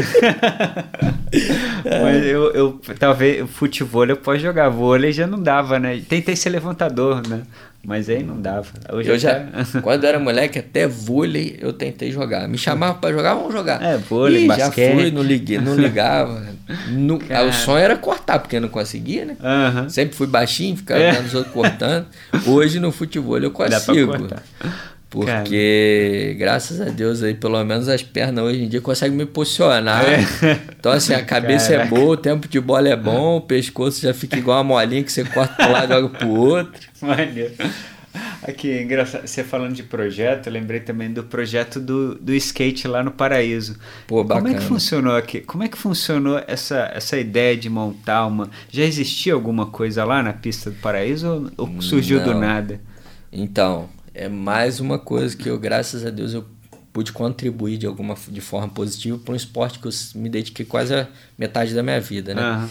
Mas eu, eu, talvez, futebol eu posso jogar, vôlei já não dava, né? Tentei ser levantador, né? Mas aí não dava. Hoje eu já, tá... quando eu era moleque, até vôlei eu tentei jogar. Me chamava pra jogar, vamos jogar. É, vôlei, Ih, basquete. Já fui, não liguei, não ligava. No, o sonho era cortar, porque eu não conseguia, né? Uhum. Sempre fui baixinho, ficava é. vendo os outros cortando. Hoje no futebol eu consigo. Dá pra cortar. Porque, Cara. graças a Deus, aí, pelo menos as pernas hoje em dia conseguem me posicionar. É. Então, assim, a cabeça Caraca. é boa, o tempo de bola é bom, o pescoço já fica igual uma molinha que você corta para um lado e joga pro outro. Maneiro. Aqui, engraçado, você falando de projeto, eu lembrei também do projeto do, do skate lá no Paraíso. Pô, bacana. Como é que funcionou aqui? Como é que funcionou essa, essa ideia de montar uma... Já existia alguma coisa lá na pista do Paraíso ou, ou surgiu Não. do nada? Então... É mais uma coisa que eu, graças a Deus, eu pude contribuir de alguma de forma positiva para um esporte que eu me dediquei quase a metade da minha vida, né? Uhum.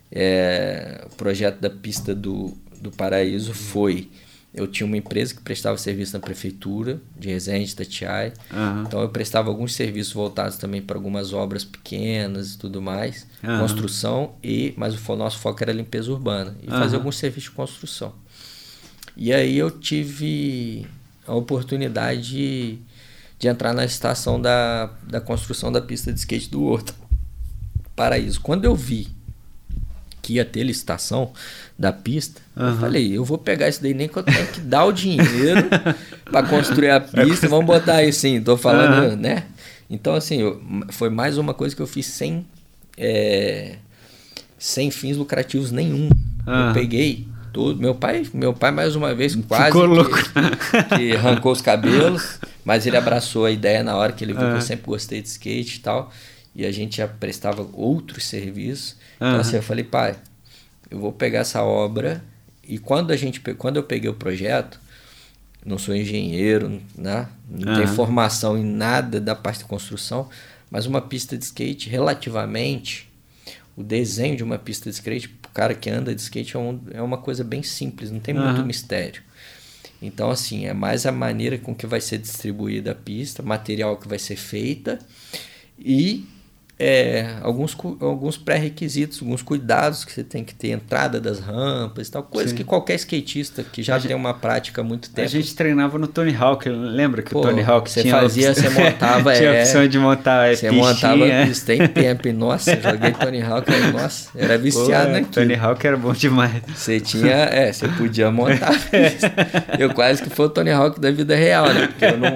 É, o projeto da pista do, do Paraíso foi... Eu tinha uma empresa que prestava serviço na prefeitura de Resende, Itatiaia. Uhum. Então eu prestava alguns serviços voltados também para algumas obras pequenas e tudo mais. Uhum. Construção, e, mas o nosso foco era limpeza urbana. E uhum. fazer alguns serviços de construção. E aí eu tive a oportunidade de, de entrar na estação da, da construção da pista de skate do Horto Paraíso. Quando eu vi que ia ter licitação da pista, uhum. eu falei, eu vou pegar isso daí, nem que eu tenha que dar o dinheiro para construir a pista, vamos botar aí sim, tô falando, uhum. né? Então assim, eu, foi mais uma coisa que eu fiz sem, é, sem fins lucrativos nenhum. Uhum. Eu peguei tudo. Meu pai, meu pai mais uma vez quase que, que arrancou os cabelos, mas ele abraçou a ideia na hora que ele viu uhum. que eu sempre gostei de skate e tal, e a gente já prestava outros serviços. Uhum. Então assim, eu falei, pai, eu vou pegar essa obra, e quando a gente, quando eu peguei o projeto, não sou engenheiro, né? Não uhum. tenho formação em nada da parte de construção, mas uma pista de skate relativamente, o desenho de uma pista de skate, o cara que anda de skate é, um, é uma coisa bem simples, não tem uhum. muito mistério. Então, assim, é mais a maneira com que vai ser distribuída a pista, material que vai ser feita e é, alguns, alguns pré-requisitos, alguns cuidados que você tem que ter, entrada das rampas e tal, coisa Sim. que qualquer skatista que já a tem gente, uma prática há muito tempo... A gente treinava no Tony Hawk, lembra que Pô, o Tony Hawk você tinha... fazia, você montava... tinha é, a opção de montar Você pistinha. montava a pista, tem tempo, e nossa, joguei Tony Hawk, aí, nossa, era viciado, né? Tony Hawk era bom demais. Você tinha, é, você podia montar a pista. Eu quase que fui o Tony Hawk da vida real, né? Porque eu não...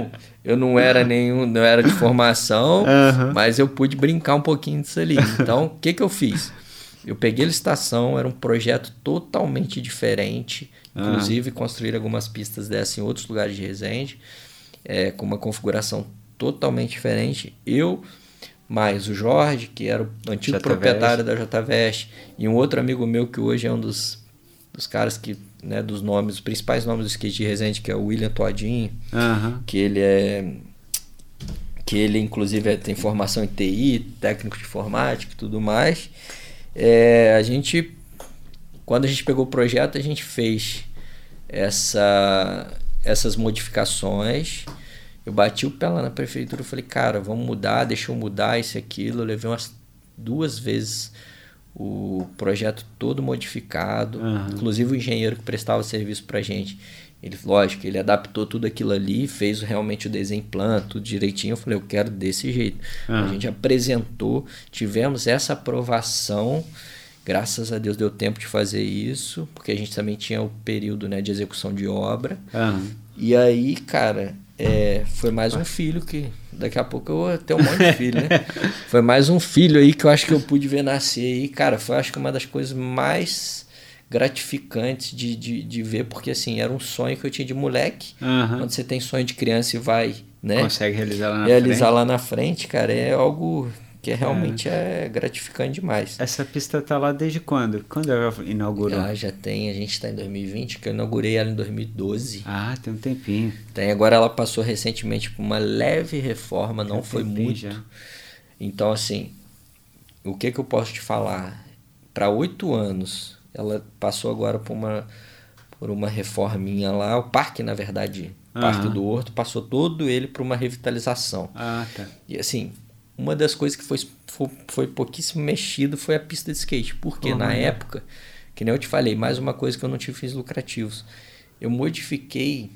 eu não era nenhum, não era de formação, uhum. mas eu pude brincar um pouquinho disso ali. Então, o que que eu fiz? Eu peguei a licitação, era um projeto totalmente diferente, inclusive uhum. construir algumas pistas dessas em outros lugares de Resende, é, com uma configuração totalmente diferente. Eu, mais o Jorge, que era o antigo J V S. Proprietário da J V S, e um outro amigo meu que hoje é um dos, dos caras que, né, dos nomes, os principais nomes do skate de Resende, que é o William Todinho, uhum. que ele é que ele inclusive é, tem formação em T I, técnico de informática e tudo mais. É, a gente, quando a gente pegou o projeto, a gente fez essa, essas modificações. Eu bati o pé lá na prefeitura e falei, cara, vamos mudar, deixa eu mudar isso e aquilo. Eu levei umas duas vezes o projeto todo modificado. Uhum. Inclusive o engenheiro que prestava serviço pra gente, ele, lógico, ele adaptou tudo aquilo ali, fez realmente o desenho plano, tudo direitinho. Eu falei, eu quero desse jeito. Uhum. A gente apresentou, tivemos essa aprovação. Graças a Deus deu tempo de fazer isso, porque a gente também tinha o período, né, de execução de obra. Uhum. E aí, cara, é, foi mais um filho que... Daqui a pouco eu vou ter um monte de filho, né? Foi mais um filho aí que eu acho que eu pude ver nascer aí. Cara, foi acho que uma das coisas mais gratificantes de, de, de ver, porque assim, era um sonho que eu tinha de moleque. Uhum. Quando você tem sonho de criança e vai, né? Consegue realizar lá na realizar frente. lá na frente, cara, é algo... que realmente é. é gratificante demais. Essa pista tá lá desde quando? Quando ela inaugurou? Ah, já tem, a gente tá em dois mil e vinte, que eu inaugurei ela em dois mil e doze. Ah, tem um tempinho. Tem, agora ela passou recentemente por uma leve reforma, não foi muito. Já. Então, assim, o que que eu posso te falar? Para oito anos, ela passou agora por uma, por uma reforminha lá. O parque, na verdade, o Parque do Horto, passou todo ele por uma revitalização. Ah, tá. E assim... Uma das coisas que foi, foi, foi pouquíssimo mexido foi a pista de skate. Porque uhum. na época, que nem eu te falei, mais uma coisa que eu não tive fins lucrativos. Eu modifiquei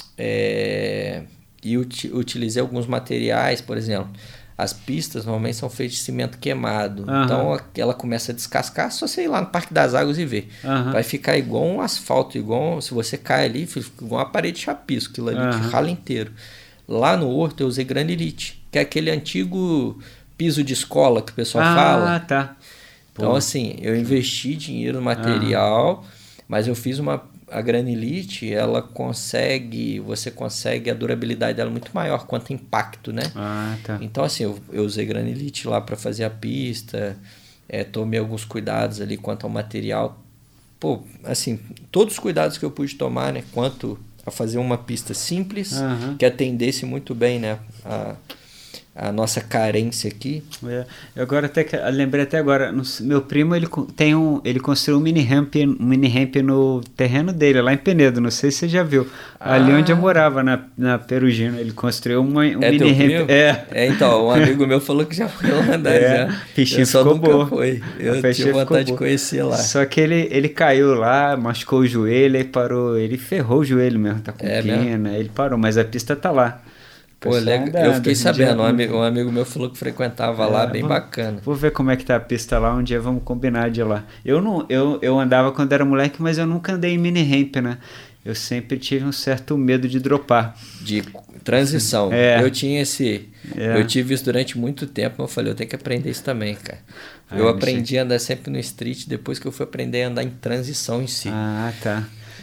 é, e uti, utilizei alguns materiais, por exemplo. As pistas normalmente são feitas de cimento queimado. Uhum. Então ela começa a descascar, só você ir lá no Parque das Águas e ver. Uhum. Vai ficar igual um asfalto, igual se você cai ali, fica igual uma parede de chapisco, aquilo ali uhum. que rala inteiro. Lá no Horto eu usei granilite, que é aquele antigo piso de escola que o pessoal ah, fala. Ah, tá. Então, Pô. assim, eu investi dinheiro no material, ah. mas eu fiz uma... A granilite, ela consegue... Você consegue a durabilidade dela muito maior quanto impacto, né? Ah, tá. Então, assim, eu, eu usei granilite lá para fazer a pista, é, tomei alguns cuidados ali quanto ao material. Pô, assim, todos os cuidados que eu pude tomar, né? Quanto... a fazer uma pista simples, uhum. que atendesse muito bem, né, a, a nossa carência aqui. É, eu agora até que, eu lembrei até agora, no, meu primo ele tem um, ele construiu um mini ramp, um mini ramp no terreno dele lá em Penedo, não sei se você já viu, ah. ali onde eu morava na, na Perugino, ele construiu uma, um é mini ramp. É. é, então um amigo meu falou que já foi lá andar é, já. Piscina eu só ficou nunca boa. Foi. Eu tive vontade de conhecer lá. Só que ele, ele caiu lá, machucou o joelho, aí parou, ele ferrou o joelho mesmo, tá com é pena, ele parou, mas a pista tá lá. Pô, legal. Eu fiquei sabendo, um amigo, um amigo meu falou que frequentava é, lá, bem vamos, bacana. Vou ver como é que tá a pista lá, um dia vamos combinar de ir lá. Eu, não, eu, eu andava quando era moleque, mas eu nunca andei em mini ramp, né? Eu sempre tive um certo medo de dropar. De transição. É. Eu tinha esse... É. Eu tive isso durante muito tempo, mas eu falei, eu tenho que aprender isso também, cara. Ah, eu aprendi sei. a andar sempre no street, depois que eu fui aprender a andar em transição em si. Ah, tá.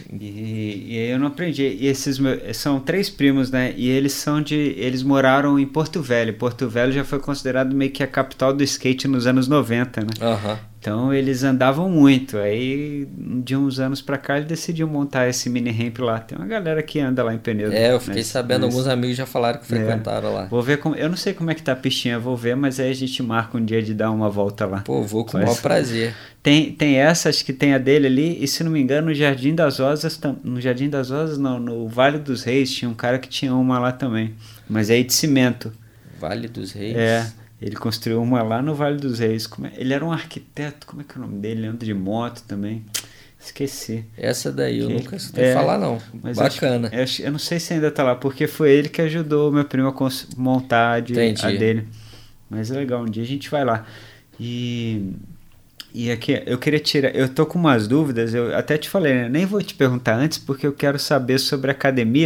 E, e eu não aprendi. E esses meus, são três primos, né? E eles são de. Eles moraram em Porto Velho. Porto Velho já foi considerado meio que a capital do skate nos anos noventa, né? Uhum. Então eles andavam muito. Aí de uns anos pra cá ele decidiu montar esse mini ramp lá. Tem uma galera que anda lá em Penedo. É, eu fiquei mas, sabendo, mas... alguns amigos já falaram que frequentaram é. lá. Vou ver como. Eu não sei como é que tá a pistinha, vou ver, mas aí a gente marca um dia de dar uma volta lá. Pô, vou com o maior prazer. Tem, tem essa, acho que tem a dele ali, e se não me engano, no Jardim das Rosas, no Jardim das Rosas, não, no Vale dos Reis, tinha um cara que tinha uma lá também, mas aí de cimento. Vale dos Reis? É, ele construiu uma lá no Vale dos Reis. Como é? Ele era um arquiteto, como é que é o nome dele? Ele anda de moto também. Esqueci. Essa daí eu que, nunca escutei é, falar, não. Mas bacana. Acho, eu, eu não sei se ainda tá lá, porque foi ele que ajudou o meu primo a montar a, de, a dele. Mas é legal, um dia a gente vai lá. E... E aqui, eu queria tirar, eu tô com umas dúvidas, eu até te falei, né? Nem vou te perguntar antes, porque eu quero saber sobre academia,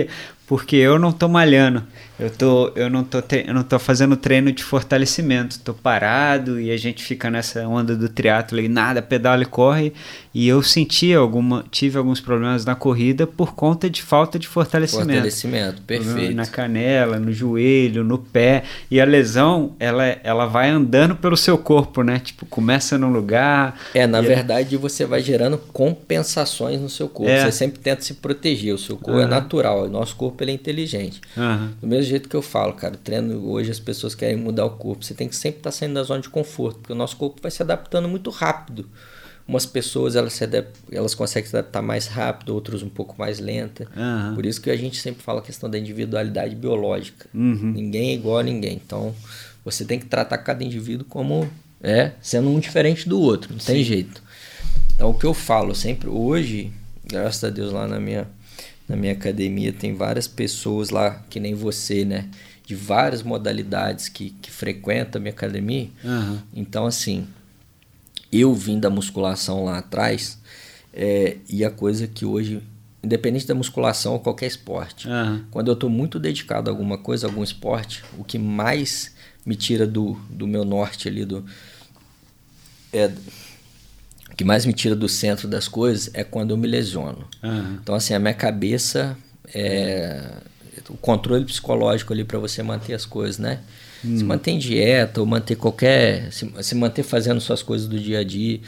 porque eu não tô malhando. Eu, tô, eu, não tô te, eu não tô fazendo treino de fortalecimento. Tô parado e a gente fica nessa onda do triatlo e nada, pedala e corre. E eu senti alguma, tive alguns problemas na corrida por conta de falta de fortalecimento. Fortalecimento, perfeito. Na canela, no joelho, no pé. E a lesão, ela, ela vai andando pelo seu corpo, né? Tipo, começa num lugar... É, na verdade, ela... você vai gerando compensações no seu corpo. É. Você sempre tenta se proteger. O seu corpo uhum. é natural. O nosso corpo ele é inteligente. Uhum. Do mesmo jeito que eu falo, cara, o treino hoje as pessoas querem mudar o corpo. Você tem que sempre estar saindo da zona de conforto, porque o nosso corpo vai se adaptando muito rápido. Umas pessoas elas, se adap- elas conseguem se adaptar mais rápido, outras um pouco mais lenta. Uhum. Por isso que a gente sempre fala a questão da individualidade biológica. Uhum. Ninguém é igual a ninguém. Então, você tem que tratar cada indivíduo como é, sendo um diferente do outro. Não Sim. tem jeito. Então, o que eu falo sempre, hoje, graças a Deus, lá na minha, na minha academia, tem várias pessoas lá, que nem você, né? De várias modalidades que, que frequentam a minha academia. Uhum. Então, assim... Eu vim da musculação lá atrás, é, e a coisa que hoje, independente da musculação ou qualquer esporte, uhum. quando eu estou muito dedicado a alguma coisa, a algum esporte, o que mais me tira do, do meu norte ali, do, é, o que mais me tira do centro das coisas é quando eu me lesiono. Uhum. Então, assim, a minha cabeça, é, o controle psicológico ali para você manter as coisas, né? Hum. Se manter em dieta ou manter qualquer... Se, se manter fazendo suas coisas do dia a dia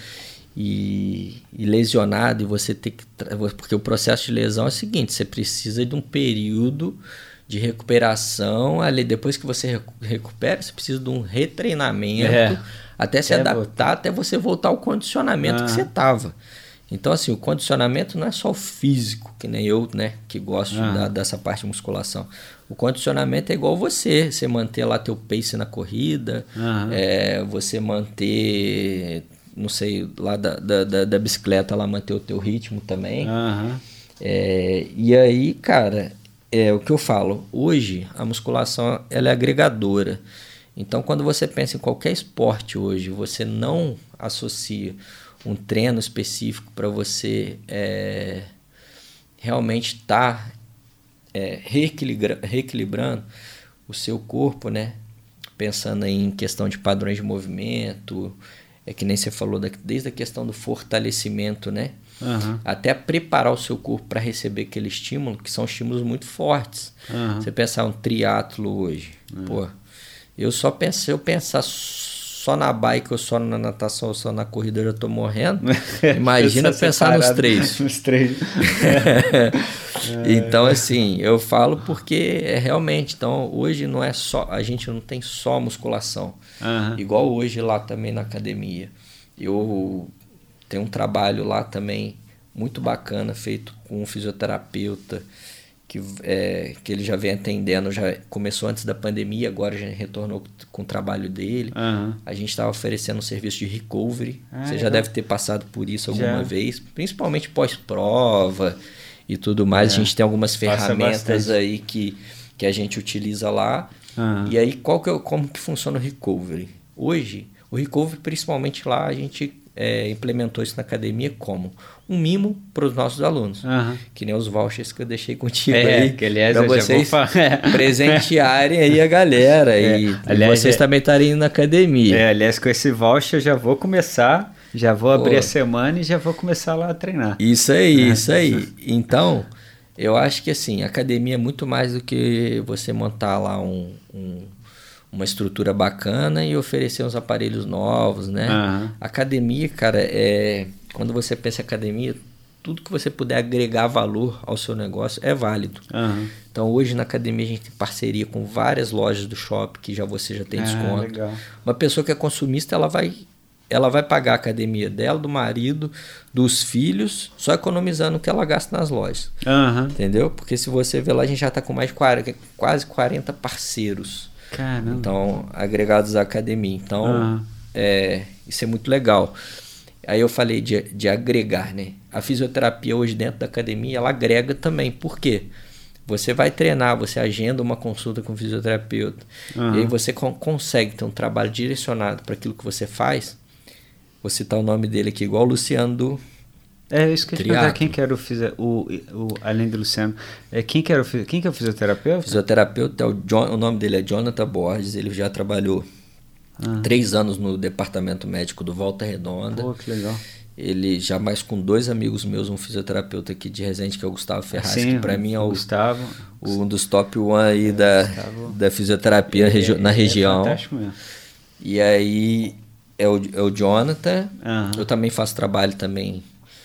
e, e lesionado e você ter que... Porque o processo de lesão é o seguinte, você precisa de um período de recuperação. Ali, depois que você recupera, você precisa de um retreinamento é. até se é adaptar, voltar. até você voltar ao condicionamento ah. que você estava. Então, assim, o condicionamento não é só o físico, que nem eu, né, que gosto ah. da, dessa parte de musculação. O condicionamento é igual você, você manter lá teu pace na corrida, ah. é, você manter, não sei, lá da, da, da bicicleta, lá manter o teu ritmo também. Ah. É, e aí, cara, é o que eu falo, hoje a musculação ela é agregadora. Então, quando você pensa em qualquer esporte hoje, você não associa um treino específico para você é, realmente estar tá, é, reequilibra, reequilibrando o seu corpo, né? Pensando em questão de padrões de movimento, é que nem você falou, da, desde a questão do fortalecimento, né? Uhum. Até preparar o seu corpo para receber aquele estímulo, que são estímulos muito fortes. Uhum. Você pensar um triatlo hoje, uhum. pô, eu só pensei, eu pensar só na bike ou só na natação ou só na corrida eu já tô morrendo. Imagina pensar nos três. Nos três. Então, assim, eu falo porque é realmente, então, hoje não é só, a gente não tem só musculação. Uhum. Igual hoje lá também na academia. Eu tenho um trabalho lá também muito bacana, feito com um fisioterapeuta, que, é, que ele já vem atendendo, já começou antes da pandemia, agora já retornou com o trabalho dele. Uhum. A gente estava oferecendo um serviço de recovery. Ah, Você já legal. deve ter passado por isso alguma já. vez, principalmente pós-prova e tudo mais. É. A gente tem algumas ferramentas aí que, que a gente utiliza lá. Uhum. E aí, qual que é, como que funciona o recovery? Hoje, o recovery, principalmente lá, a gente é, implementou isso na academia como um mimo para os nossos alunos. Uhum. Que nem os vouchers que eu deixei contigo é, aí. Que, aliás, para vocês presentearem aí a galera. É. E, aliás, e vocês é... também estarem na academia. É, aliás, com esse voucher eu já vou começar, já vou Pô. abrir a semana e já vou começar lá a treinar. Isso aí, é. isso aí. Então, eu acho que assim, a academia é muito mais do que você montar lá um... um uma estrutura bacana e oferecer uns aparelhos novos, né? Uhum. Academia, cara, é... quando você pensa em academia, tudo que você puder agregar valor ao seu negócio é válido. Uhum. Então, hoje na academia a gente tem parceria com várias lojas do shopping que já você já tem ah, desconto. Legal. Uma pessoa que é consumista, ela vai, ela vai pagar a academia dela, do marido, dos filhos, só economizando o que ela gasta nas lojas. Uhum. Entendeu? Porque se você ver lá, a gente já está com mais de quarenta, quase quarenta parceiros. Caramba. Então, agregados à academia. Então, uhum. é, isso é muito legal. Aí eu falei de, de agregar, né? A fisioterapia hoje dentro da academia, ela agrega também. Por quê? Você vai treinar, você agenda uma consulta com o fisioterapeuta. Uhum. E aí você con- consegue ter um trabalho direcionado para aquilo que você faz. Vou citar o nome dele aqui, igual o Luciano do, É isso que eu te perguntar, quem que era o, o, o além do Luciano, é, quem, que era o, quem que é o fisioterapeuta? O fisioterapeuta, é o, John, o nome dele é Jonathan Borges, ele já trabalhou ah. três anos no departamento médico do Volta Redonda. Pô, que legal. Ele já mais com dois amigos meus, um fisioterapeuta aqui de Resende, que é o Gustavo Ferraz, Sim, que para mim é o, Gustavo, um dos top one aí é, da, da fisioterapia é, regi- na é, região. É fantástico mesmo. E aí é o, é o Jonathan, uhum. eu também faço trabalho também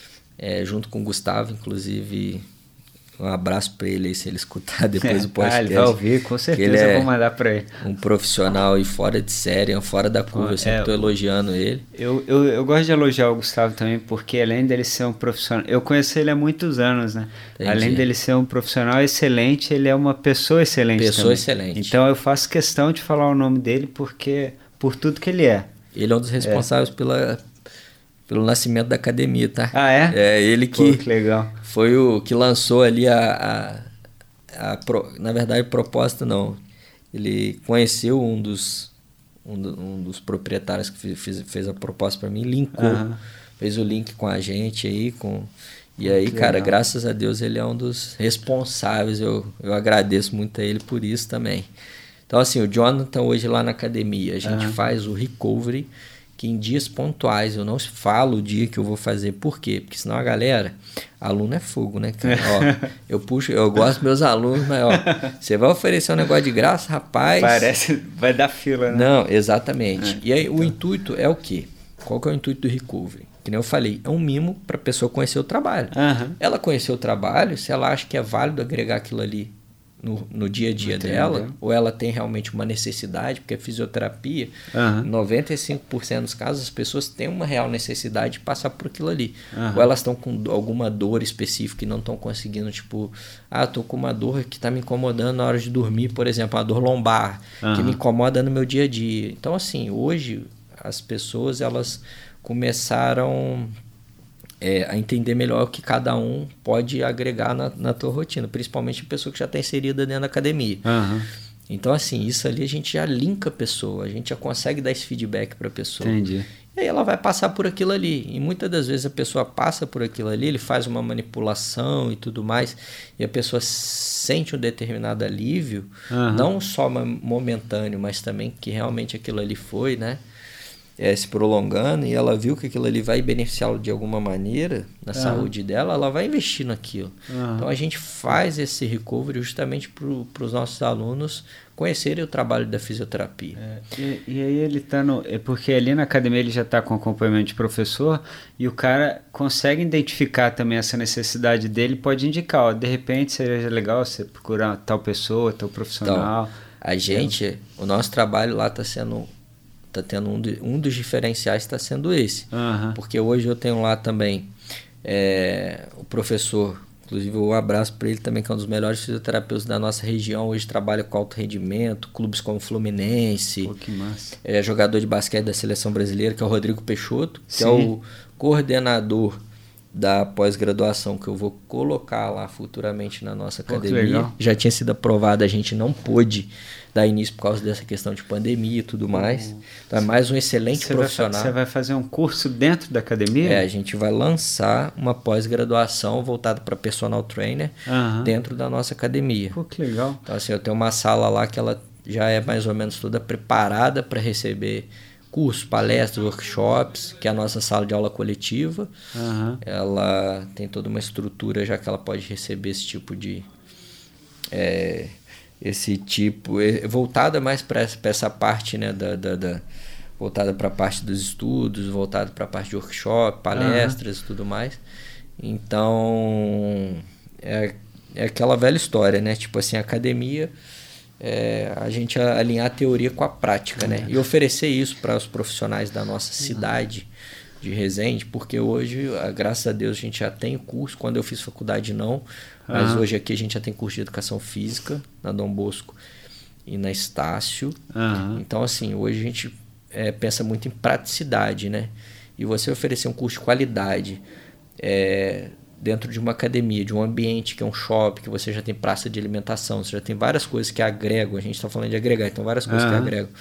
é, junto com o Gustavo, inclusive um abraço para ele aí, se ele escutar depois do podcast. Ah, ele vai ouvir, com certeza eu é vou mandar para ele. Um profissional e fora de série, fora da curva, eu sempre é, tô elogiando ele. Eu, eu, eu gosto de elogiar o Gustavo também, porque além dele ser um profissional, eu conheço ele há muitos anos, né? Entendi. Além dele ser um profissional excelente, ele é uma pessoa excelente Pessoa também. excelente. Então eu faço questão de falar o nome dele, porque por tudo que ele é. Ele é um dos responsáveis é. pela... pelo nascimento da academia, tá? Ah, é? É ele que, Pô, que legal. Foi o que lançou ali a, a, a pro, na verdade, proposta não. Ele conheceu um dos, um, do, um dos proprietários que fez, fez a proposta para mim, linkou, uhum. fez o link com a gente aí, com, e aí, que cara, legal. Graças a Deus ele é um dos responsáveis, eu, eu agradeço muito a ele por isso também. Então, assim, o Jonathan hoje lá na academia, a gente uhum. faz o recovery, que em dias pontuais eu não falo o dia que eu vou fazer. Por quê? Porque senão a galera, aluno é fogo, né, cara? Ó, eu puxo, eu gosto dos meus alunos, mas ó, você vai oferecer um negócio de graça, rapaz? Parece, vai dar fila, né? Não, exatamente. É, e aí então. O intuito é o quê? Qual que é o intuito do recovery? Que nem eu falei, é um mimo para a pessoa conhecer o trabalho. Uhum. Ela conhecer o trabalho, se ela acha que é válido agregar aquilo ali No, no dia a dia Entendi. Dela, ou ela tem realmente uma necessidade, porque a fisioterapia, uhum. noventa e cinco por cento dos casos, as pessoas têm uma real necessidade de passar por aquilo ali. Uhum. Ou elas estão com alguma dor específica e não estão conseguindo, tipo, ah, tô com uma dor que está me incomodando na hora de dormir, por exemplo, uma dor lombar, uhum. que me incomoda no meu dia a dia. Então, assim, hoje as pessoas, elas começaram... É, a entender melhor o que cada um pode agregar na, na tua rotina, principalmente a pessoa que já está inserida dentro da academia. Uhum. Então, assim, isso ali a gente já linka a pessoa, a gente já consegue dar esse feedback para a pessoa. Entendi. E aí ela vai passar por aquilo ali. E muitas das vezes a pessoa passa por aquilo ali, ele faz uma manipulação e tudo mais, e a pessoa sente um determinado alívio, uhum. não só momentâneo, mas também que realmente aquilo ali foi, né? É, se prolongando, e ela viu que aquilo ali vai beneficiá-lo de alguma maneira na uhum. saúde dela, ela vai investir naquilo. Uhum. Então a gente faz esse recovery justamente para os nossos alunos conhecerem o trabalho da fisioterapia. É, e, e aí ele tá no... É porque ali na academia ele já está com acompanhamento de professor, e o cara consegue identificar também essa necessidade dele, pode indicar, ó, de repente seria legal você procurar tal pessoa, tal profissional. Então, a gente, é. o nosso trabalho lá está sendo... Tá tendo um, de, um dos diferenciais está sendo esse. Uhum. Porque hoje eu tenho lá também é, o professor, inclusive um abraço para ele também, que é um dos melhores fisioterapeutas da nossa região, hoje trabalha com alto rendimento, clubes como Fluminense. Pô, que massa. É jogador de basquete da seleção brasileira, que é o Rodrigo Peixoto, que Sim. é o coordenador da pós-graduação que eu vou colocar lá futuramente na nossa Pô, academia. Já tinha sido aprovado, a gente não pôde dar início por causa dessa questão de pandemia e tudo mais. Uhum. Então é mais um excelente você profissional. Vai, você vai fazer um curso dentro da academia? É, a gente vai lançar uma pós-graduação voltada para personal trainer uhum. dentro da nossa academia. Pô, que legal. Então assim, eu tenho uma sala lá que ela já é mais ou menos toda preparada para receber cursos, palestras, workshops, que é a nossa sala de aula coletiva. Uhum. Ela tem toda uma estrutura já que ela pode receber esse tipo de... É, esse tipo... Voltada mais para essa, essa parte, né? Da, da, da, voltada para a parte dos estudos, voltada para a parte de workshop, palestras e uhum. tudo mais. Então, é, é aquela velha história, né? Tipo assim, a academia... É, a gente alinhar a teoria com a prática, né? E oferecer isso para os profissionais da nossa cidade de Resende, porque hoje, graças a Deus, a gente já tem curso. Quando eu fiz faculdade não, mas uhum. hoje aqui a gente já tem curso de educação física na Dom Bosco e na Estácio. Uhum. Então, assim, hoje a gente é, pensa muito em praticidade, né? E você oferecer um curso de qualidade é, dentro de uma academia, de um ambiente que é um shopping, que você já tem praça de alimentação, você já tem várias coisas que agregam, a gente está falando de agregar, então várias coisas uhum. que agregam.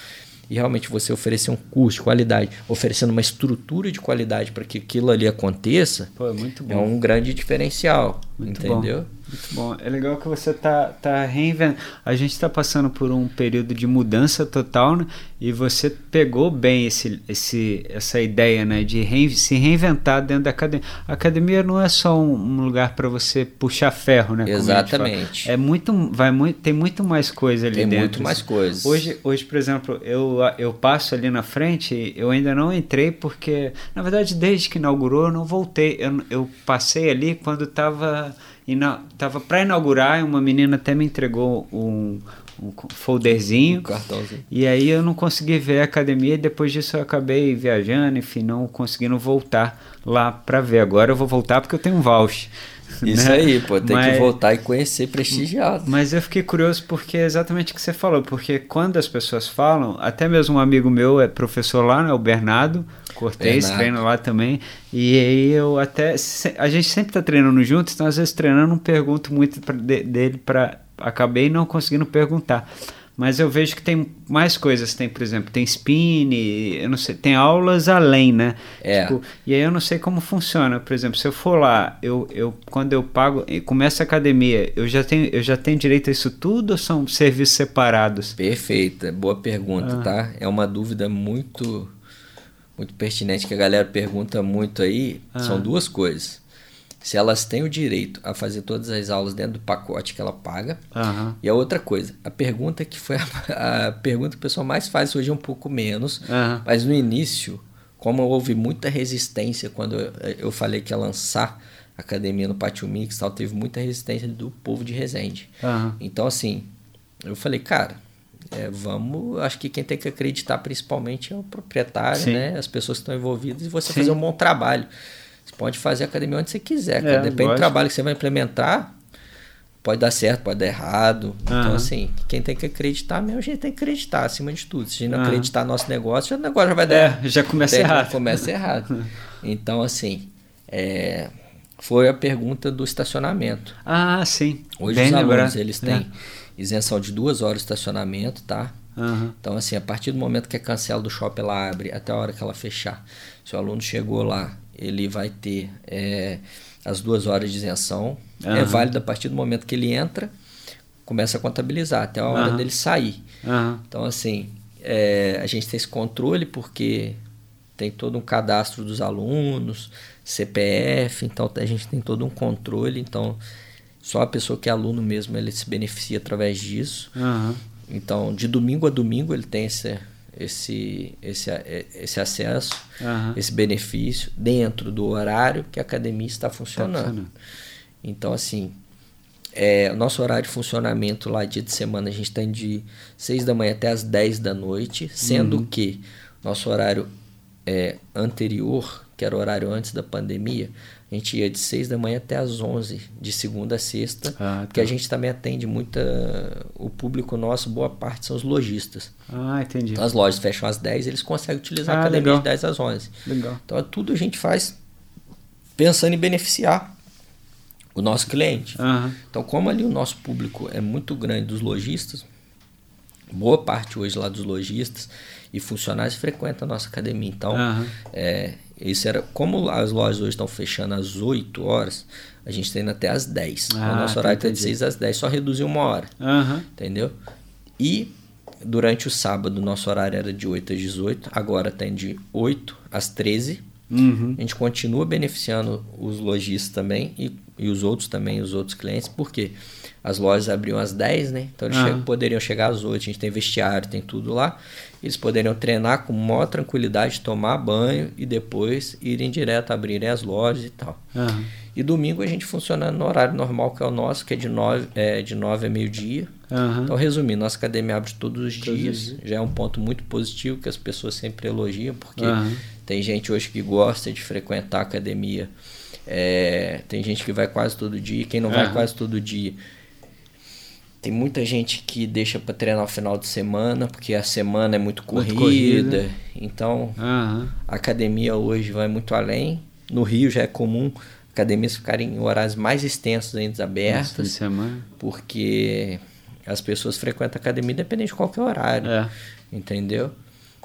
e realmente você oferecer um curso de qualidade, oferecendo uma estrutura de qualidade para que aquilo ali aconteça, Pô, é, muito bom. É um grande diferencial, muito entendeu? Bom. Muito bom. É legal que você tá, tá reinventando. A gente está passando por um período de mudança total, né? E você pegou bem esse, esse, essa ideia, né? De rein, se reinventar dentro da academia. A academia não é só um, um lugar para você puxar ferro, né? Exatamente. É muito, vai muito, tem muito mais coisa ali tem dentro. Tem muito mais coisas. Hoje, hoje, por exemplo, eu, eu passo ali na frente, eu ainda não entrei porque, na verdade, desde que inaugurou, eu não voltei. Eu, eu passei ali quando estava... Estava para inaugurar, e uma menina até me entregou um, um folderzinho, um cartãozinho. E aí eu não consegui ver a academia, e depois disso eu acabei viajando, enfim, não conseguindo voltar lá para ver. Agora eu vou voltar porque eu tenho um voucher. Isso né? aí, pô, tem mas, que voltar e conhecer, prestigiar. Mas eu fiquei curioso porque é exatamente o que você falou, porque quando as pessoas falam, até mesmo um amigo meu é professor lá, né, o Bernardo Cortez, treina lá também, e aí eu até, a gente sempre tá treinando juntos, então às vezes treinando não pergunto muito pra, de, dele, para acabei não conseguindo perguntar. Mas eu vejo que tem mais coisas, tem, por exemplo, tem spin, eu não sei, tem aulas além, né? É. Tipo, e aí eu não sei como funciona. Por exemplo, se eu for lá, eu, eu, quando eu pago, começa a academia, eu já, tenho, eu já tenho direito a isso tudo ou são serviços separados? Perfeita, boa pergunta, ah. tá? É uma dúvida muito, muito pertinente que a galera pergunta muito aí. Ah. São duas coisas. Se elas têm o direito a fazer todas as aulas dentro do pacote que ela paga. Uhum. E a outra coisa, a pergunta que foi a, a pergunta que o pessoal mais faz hoje é um pouco menos, uhum. mas no início, como houve muita resistência quando eu, eu falei que ia lançar a academia no Pátio Mix, tal, teve muita resistência do povo de Resende. Uhum. Então assim, eu falei, cara, é, vamos, acho que quem tem que acreditar principalmente é o proprietário, Sim. né, as pessoas que estão envolvidas, e você Sim. fazer um bom trabalho. Você pode fazer a academia onde você quiser, cara. É, depende lógico. do trabalho que você vai implementar, pode dar certo, pode dar errado. Uhum. Então, assim, quem tem que acreditar mesmo, a gente tem que acreditar acima de tudo. Se a gente não uhum. acreditar no nosso negócio, o negócio já vai dar errado. É, já começa tem, errado. Já começa errado. Então, assim, é, foi a pergunta do estacionamento. Ah, sim. Hoje Bem os alunos, lembrado. eles têm é. isenção de duas horas de estacionamento, tá? Uhum. Então, assim, a partir do momento que a cancela do shopping ela abre até a hora que ela fechar, se o aluno chegou lá, ele vai ter é, as duas horas de isenção. Uhum. É válido a partir do momento que ele entra, começa a contabilizar até a hora uhum. dele sair. Uhum. Então, assim, é, a gente tem esse controle porque tem todo um cadastro dos alunos, C P F, então a gente tem todo um controle. Então, só a pessoa que é aluno mesmo, ele se beneficia através disso. Uhum. Então, de domingo a domingo, ele tem esse... Esse, esse, esse acesso, uhum. esse benefício dentro do horário que a academia está funcionando. Tá funcionando. Então, assim, é, o nosso horário de funcionamento lá, dia de semana, a gente tem de seis da manhã até as dez da noite, sendo uhum. que nosso horário é, anterior, que era o horário antes da pandemia, a gente ia de seis da manhã até as onze, de segunda a sexta, ah, tá. porque a gente também atende muita... O público nosso, boa parte, são os lojistas. Ah, entendi. Então, as lojas fecham às dez, eles conseguem utilizar ah, a academia legal. de dez às onze. Legal. Então, tudo a gente faz pensando em beneficiar o nosso cliente. Uhum. Então, como ali o nosso público é muito grande dos lojistas, boa parte hoje lá dos lojistas e funcionários frequentam a nossa academia. Então, uhum. é, isso era, como as lojas hoje estão fechando às oito horas, a gente tem até às dez. Ah, o nosso horário está de seis às dez, só reduziu uma hora. Uhum. Entendeu? E durante o sábado, nosso horário era de oito às dezoito, agora tem de oito às treze. Uhum. A gente continua beneficiando os lojistas também e, e os outros também, os outros clientes, porque as lojas abriam às dez, né? Então eles uhum. che- poderiam chegar às oito, a gente tem vestiário, tem tudo lá. Eles poderiam treinar com maior tranquilidade, tomar banho e depois irem direto, abrirem as lojas e tal. Uhum. E domingo a gente funcionando no horário normal, que é o nosso, que é de nove, é, de nove a meio-dia. Uhum. Então, resumindo, nossa academia abre todos os todos dias. Os dias. Já é um ponto muito positivo que as pessoas sempre elogiam, porque uhum. tem gente hoje que gosta de frequentar a academia. É, tem gente que vai quase todo dia. Quem não uhum. vai quase todo dia, tem muita gente que deixa para treinar no final de semana, porque a semana é muito corrida. Muito corrida. Então, uhum. a academia hoje vai muito além. No Rio já é comum academias ficarem em horários mais extensos ainda abertas. De semana. Porque as pessoas frequentam a academia independente de qualquer horário. É. Entendeu?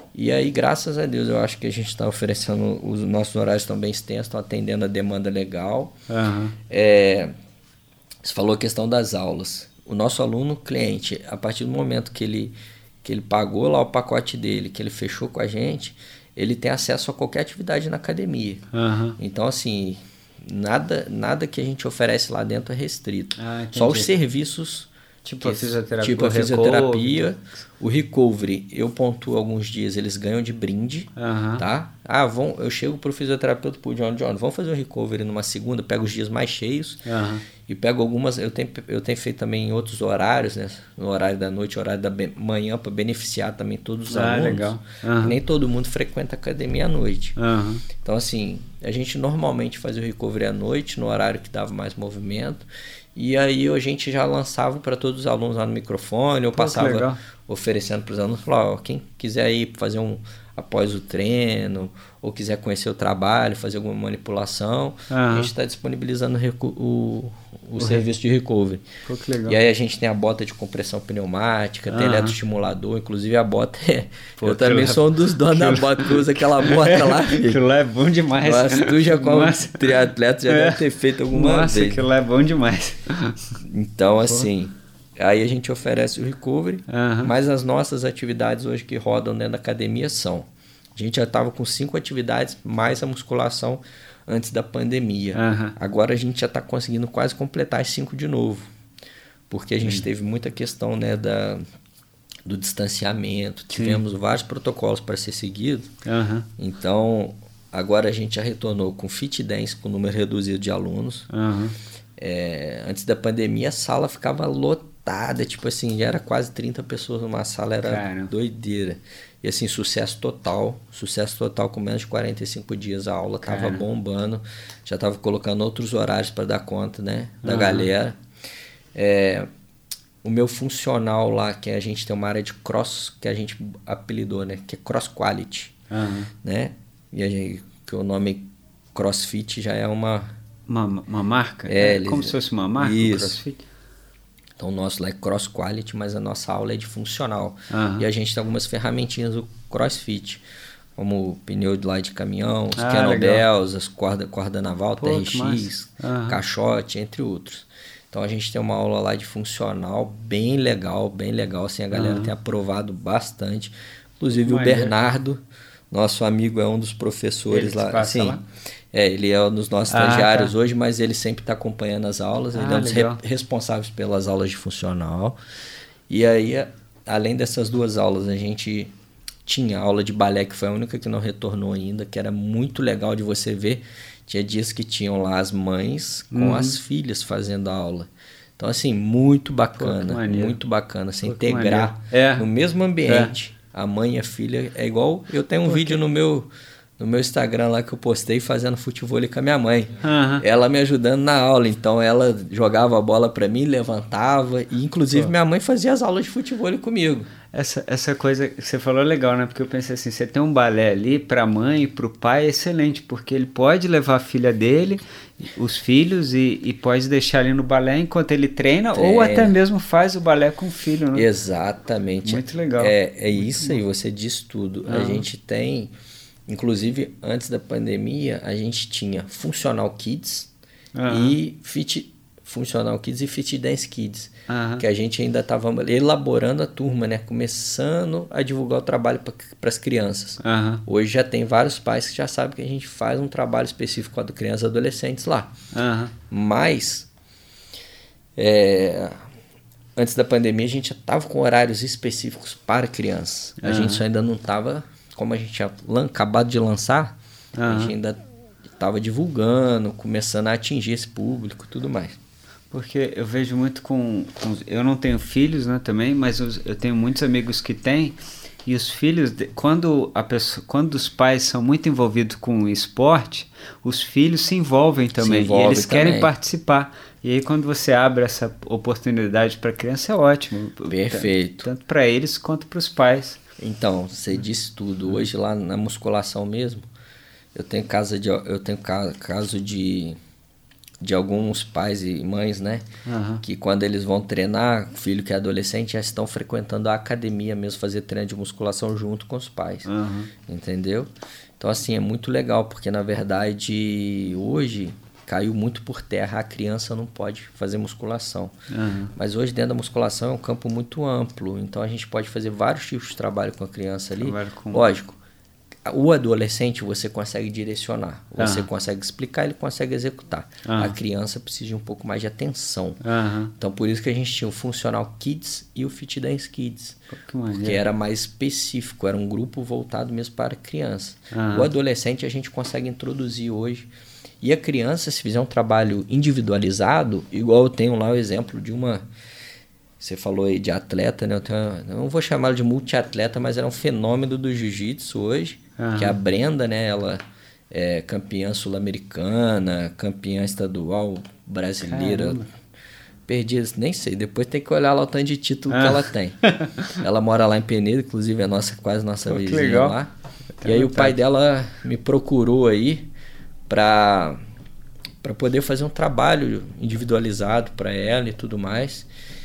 E aí, graças a Deus, eu acho que a gente está oferecendo, os nossos horários estão bem extensos, estão atendendo a demanda legal. Uhum. É, você falou a questão das aulas. O nosso aluno cliente, a partir do momento que ele, que ele pagou lá o pacote dele, que ele fechou com a gente, ele tem acesso a qualquer atividade na academia. Uhum. Então, assim, nada, nada que a gente oferece lá dentro é restrito. Ah, só os serviços... Tipo a fisioterapia. Tipo a fisioterapia, o recovery, eu pontuo alguns dias, eles ganham de brinde, uhum. tá? Ah, vão, eu chego pro fisioterapeuta, pro John, John, vamos fazer um recovery numa segunda, pego os dias mais cheios uhum. e pego algumas, eu tenho, eu tenho feito também em outros horários, né? No horário da noite, horário da manhã, para beneficiar também todos os ah, alunos. Legal. Uhum. Nem todo mundo frequenta a academia à noite. Uhum. Então, assim, a gente normalmente fazia o recovery à noite, no horário que dava mais movimento. E aí a gente já lançava para todos os alunos lá no microfone, eu Pô, passava oferecendo para os alunos, falava, ó, quem quiser ir fazer um após o treino, ou quiser conhecer o trabalho, fazer alguma manipulação, uhum. a gente está disponibilizando o, o, o, o serviço de recovery. Pô, que legal. E aí a gente tem a bota de compressão pneumática, uhum. tem eletroestimulador, inclusive a bota é... Pô, eu também sou um dos donos da bota, que usa aquela bota lá. Aquilo lá é bom demais. Nossa, tu já como Nossa. triatleta já é. deve ter feito alguma Nossa, vez. Nossa, aquilo lá é bom demais. Então, Pô. assim... Aí a gente oferece o recovery, uhum. mas as nossas atividades hoje que rodam dentro da academia são... A gente já estava com cinco atividades, mais a musculação antes da pandemia. Uhum. Agora a gente já está conseguindo quase completar as cinco de novo. Porque a gente uhum. teve muita questão, né, da, do distanciamento. Sim. Tivemos vários protocolos para ser seguido. Uhum. Então, agora a gente já retornou com fit dance, com número reduzido de alunos. Uhum. É, antes da pandemia, a sala ficava lotada. Tipo assim, já era quase trinta pessoas numa sala, era Cara. doideira. E assim, sucesso total, sucesso total com menos de quarenta e cinco dias a aula, Cara. tava bombando, já tava colocando outros horários para dar conta, né, da uhum. galera. É, o meu funcional lá, que a gente tem uma área de cross, que a gente apelidou, né, que é cross quality, uhum. né, e a gente, que o nome CrossFit já é uma... Uma, uma marca? É, é como se fosse uma marca, isso. o CrossFit? Então, o nosso lá é cross quality, mas a nossa aula é de funcional. Uhum. E a gente tem algumas ferramentinhas do CrossFit, como o pneu de lá de caminhão, os ah, kettlebells, as corda, corda naval, Pô, T R X, uhum. caixote, entre outros. Então, a gente tem uma aula lá de funcional bem legal, bem legal. Assim, a galera uhum. tem aprovado bastante. Inclusive, Maneiro. o Bernardo, nosso amigo, é um dos professores ele lá. Sim. lá? É, ele é um dos nossos ah, estagiários tá. hoje, mas ele sempre está acompanhando as aulas. Ah, ele é um dos re- responsáveis pelas aulas de funcional. E aí, além dessas duas aulas, a gente tinha aula de balé, que foi a única que não retornou ainda, que era muito legal de você ver. Tinha dias que tinham lá as mães com uhum. as filhas fazendo a aula. Então, assim, muito bacana, Pô, muito bacana. Você Pô, integrar é. no mesmo ambiente é. a mãe e a filha. É igual, eu tenho um Pô, vídeo que... no meu... no meu Instagram lá que eu postei fazendo futevôlei com a minha mãe. Uhum. Ela me ajudando na aula. Então ela jogava a bola pra mim, levantava. E inclusive Pô. minha mãe fazia as aulas de futevôlei comigo. Essa, essa coisa que você falou é legal, né? Porque eu pensei assim, você tem um balé ali pra mãe e pro pai é excelente. Porque ele pode levar a filha dele, os filhos, e, e pode deixar ali no balé enquanto ele treina, treina. Ou até mesmo faz o balé com o filho, né? Exatamente. Muito legal. É, é isso aí, você diz tudo. Uhum. A gente tem... Inclusive, antes da pandemia, a gente tinha Funcional Kids uhum. e Fit, Funcional Kids e Fit Dance Kids, uhum. que a gente ainda estava elaborando a turma, né? Começando a divulgar o trabalho para as crianças. Uhum. Hoje já tem vários pais que já sabem que a gente faz um trabalho específico com a crianças e adolescentes lá. Uhum. Mas, é, antes da pandemia, a gente já estava com horários específicos para crianças. A uhum. gente só ainda não estava... Como a gente tinha lan- acabado de lançar, uhum. a gente ainda estava divulgando, começando a atingir esse público e tudo mais. Porque eu vejo muito com, com... Eu não tenho filhos, né, também, mas eu, eu tenho muitos amigos que têm. E os filhos, quando, a pessoa, quando os pais são muito envolvidos com o esporte, os filhos se envolvem também. Se envolvem e eles também. querem participar. E aí quando você abre essa oportunidade para a criança, é ótimo. Perfeito. Tanto para eles quanto para os pais. Então, você disse tudo. Hoje lá na musculação mesmo, eu tenho caso de, eu tenho caso de de alguns pais e mães, né? Uhum. Que quando eles vão treinar, filho que é adolescente, já estão frequentando a academia mesmo, fazer treino de musculação junto com os pais. Uhum. Entendeu? Então, assim, é muito legal, porque, na verdade, hoje caiu muito por terra. A criança não pode fazer musculação. Uhum. Mas hoje, dentro da musculação, é um campo muito amplo. Então, a gente pode fazer vários tipos de trabalho com a criança ali. Com... Lógico. O adolescente você consegue direcionar, você uhum. consegue explicar, ele consegue executar. Uhum. A criança precisa de um pouco mais de atenção. Uhum. Então, por isso que a gente tinha o Funcional Kids e o Fit Dance Kids. Que era mais específico, era um grupo voltado mesmo para criança. Uhum. O adolescente a gente consegue introduzir hoje. E a criança, se fizer um trabalho individualizado, igual eu tenho lá o exemplo de uma... Você falou aí de atleta, né? Eu, tenho, eu não vou chamá-la de multiatleta, mas era um fenômeno do jiu-jitsu hoje. Uhum. Que é a Brenda, né? Ela é campeã sul-americana, campeã estadual brasileira. Caramba. Perdi, nem sei. Depois tem que olhar lá o tanto de título ah. que ela tem. Ela mora lá em Penedo, inclusive é nossa, quase nossa Pô, vizinha legal. lá. E aí vontade. O pai dela me procurou aí para para poder fazer um trabalho individualizado para ela e tudo mais.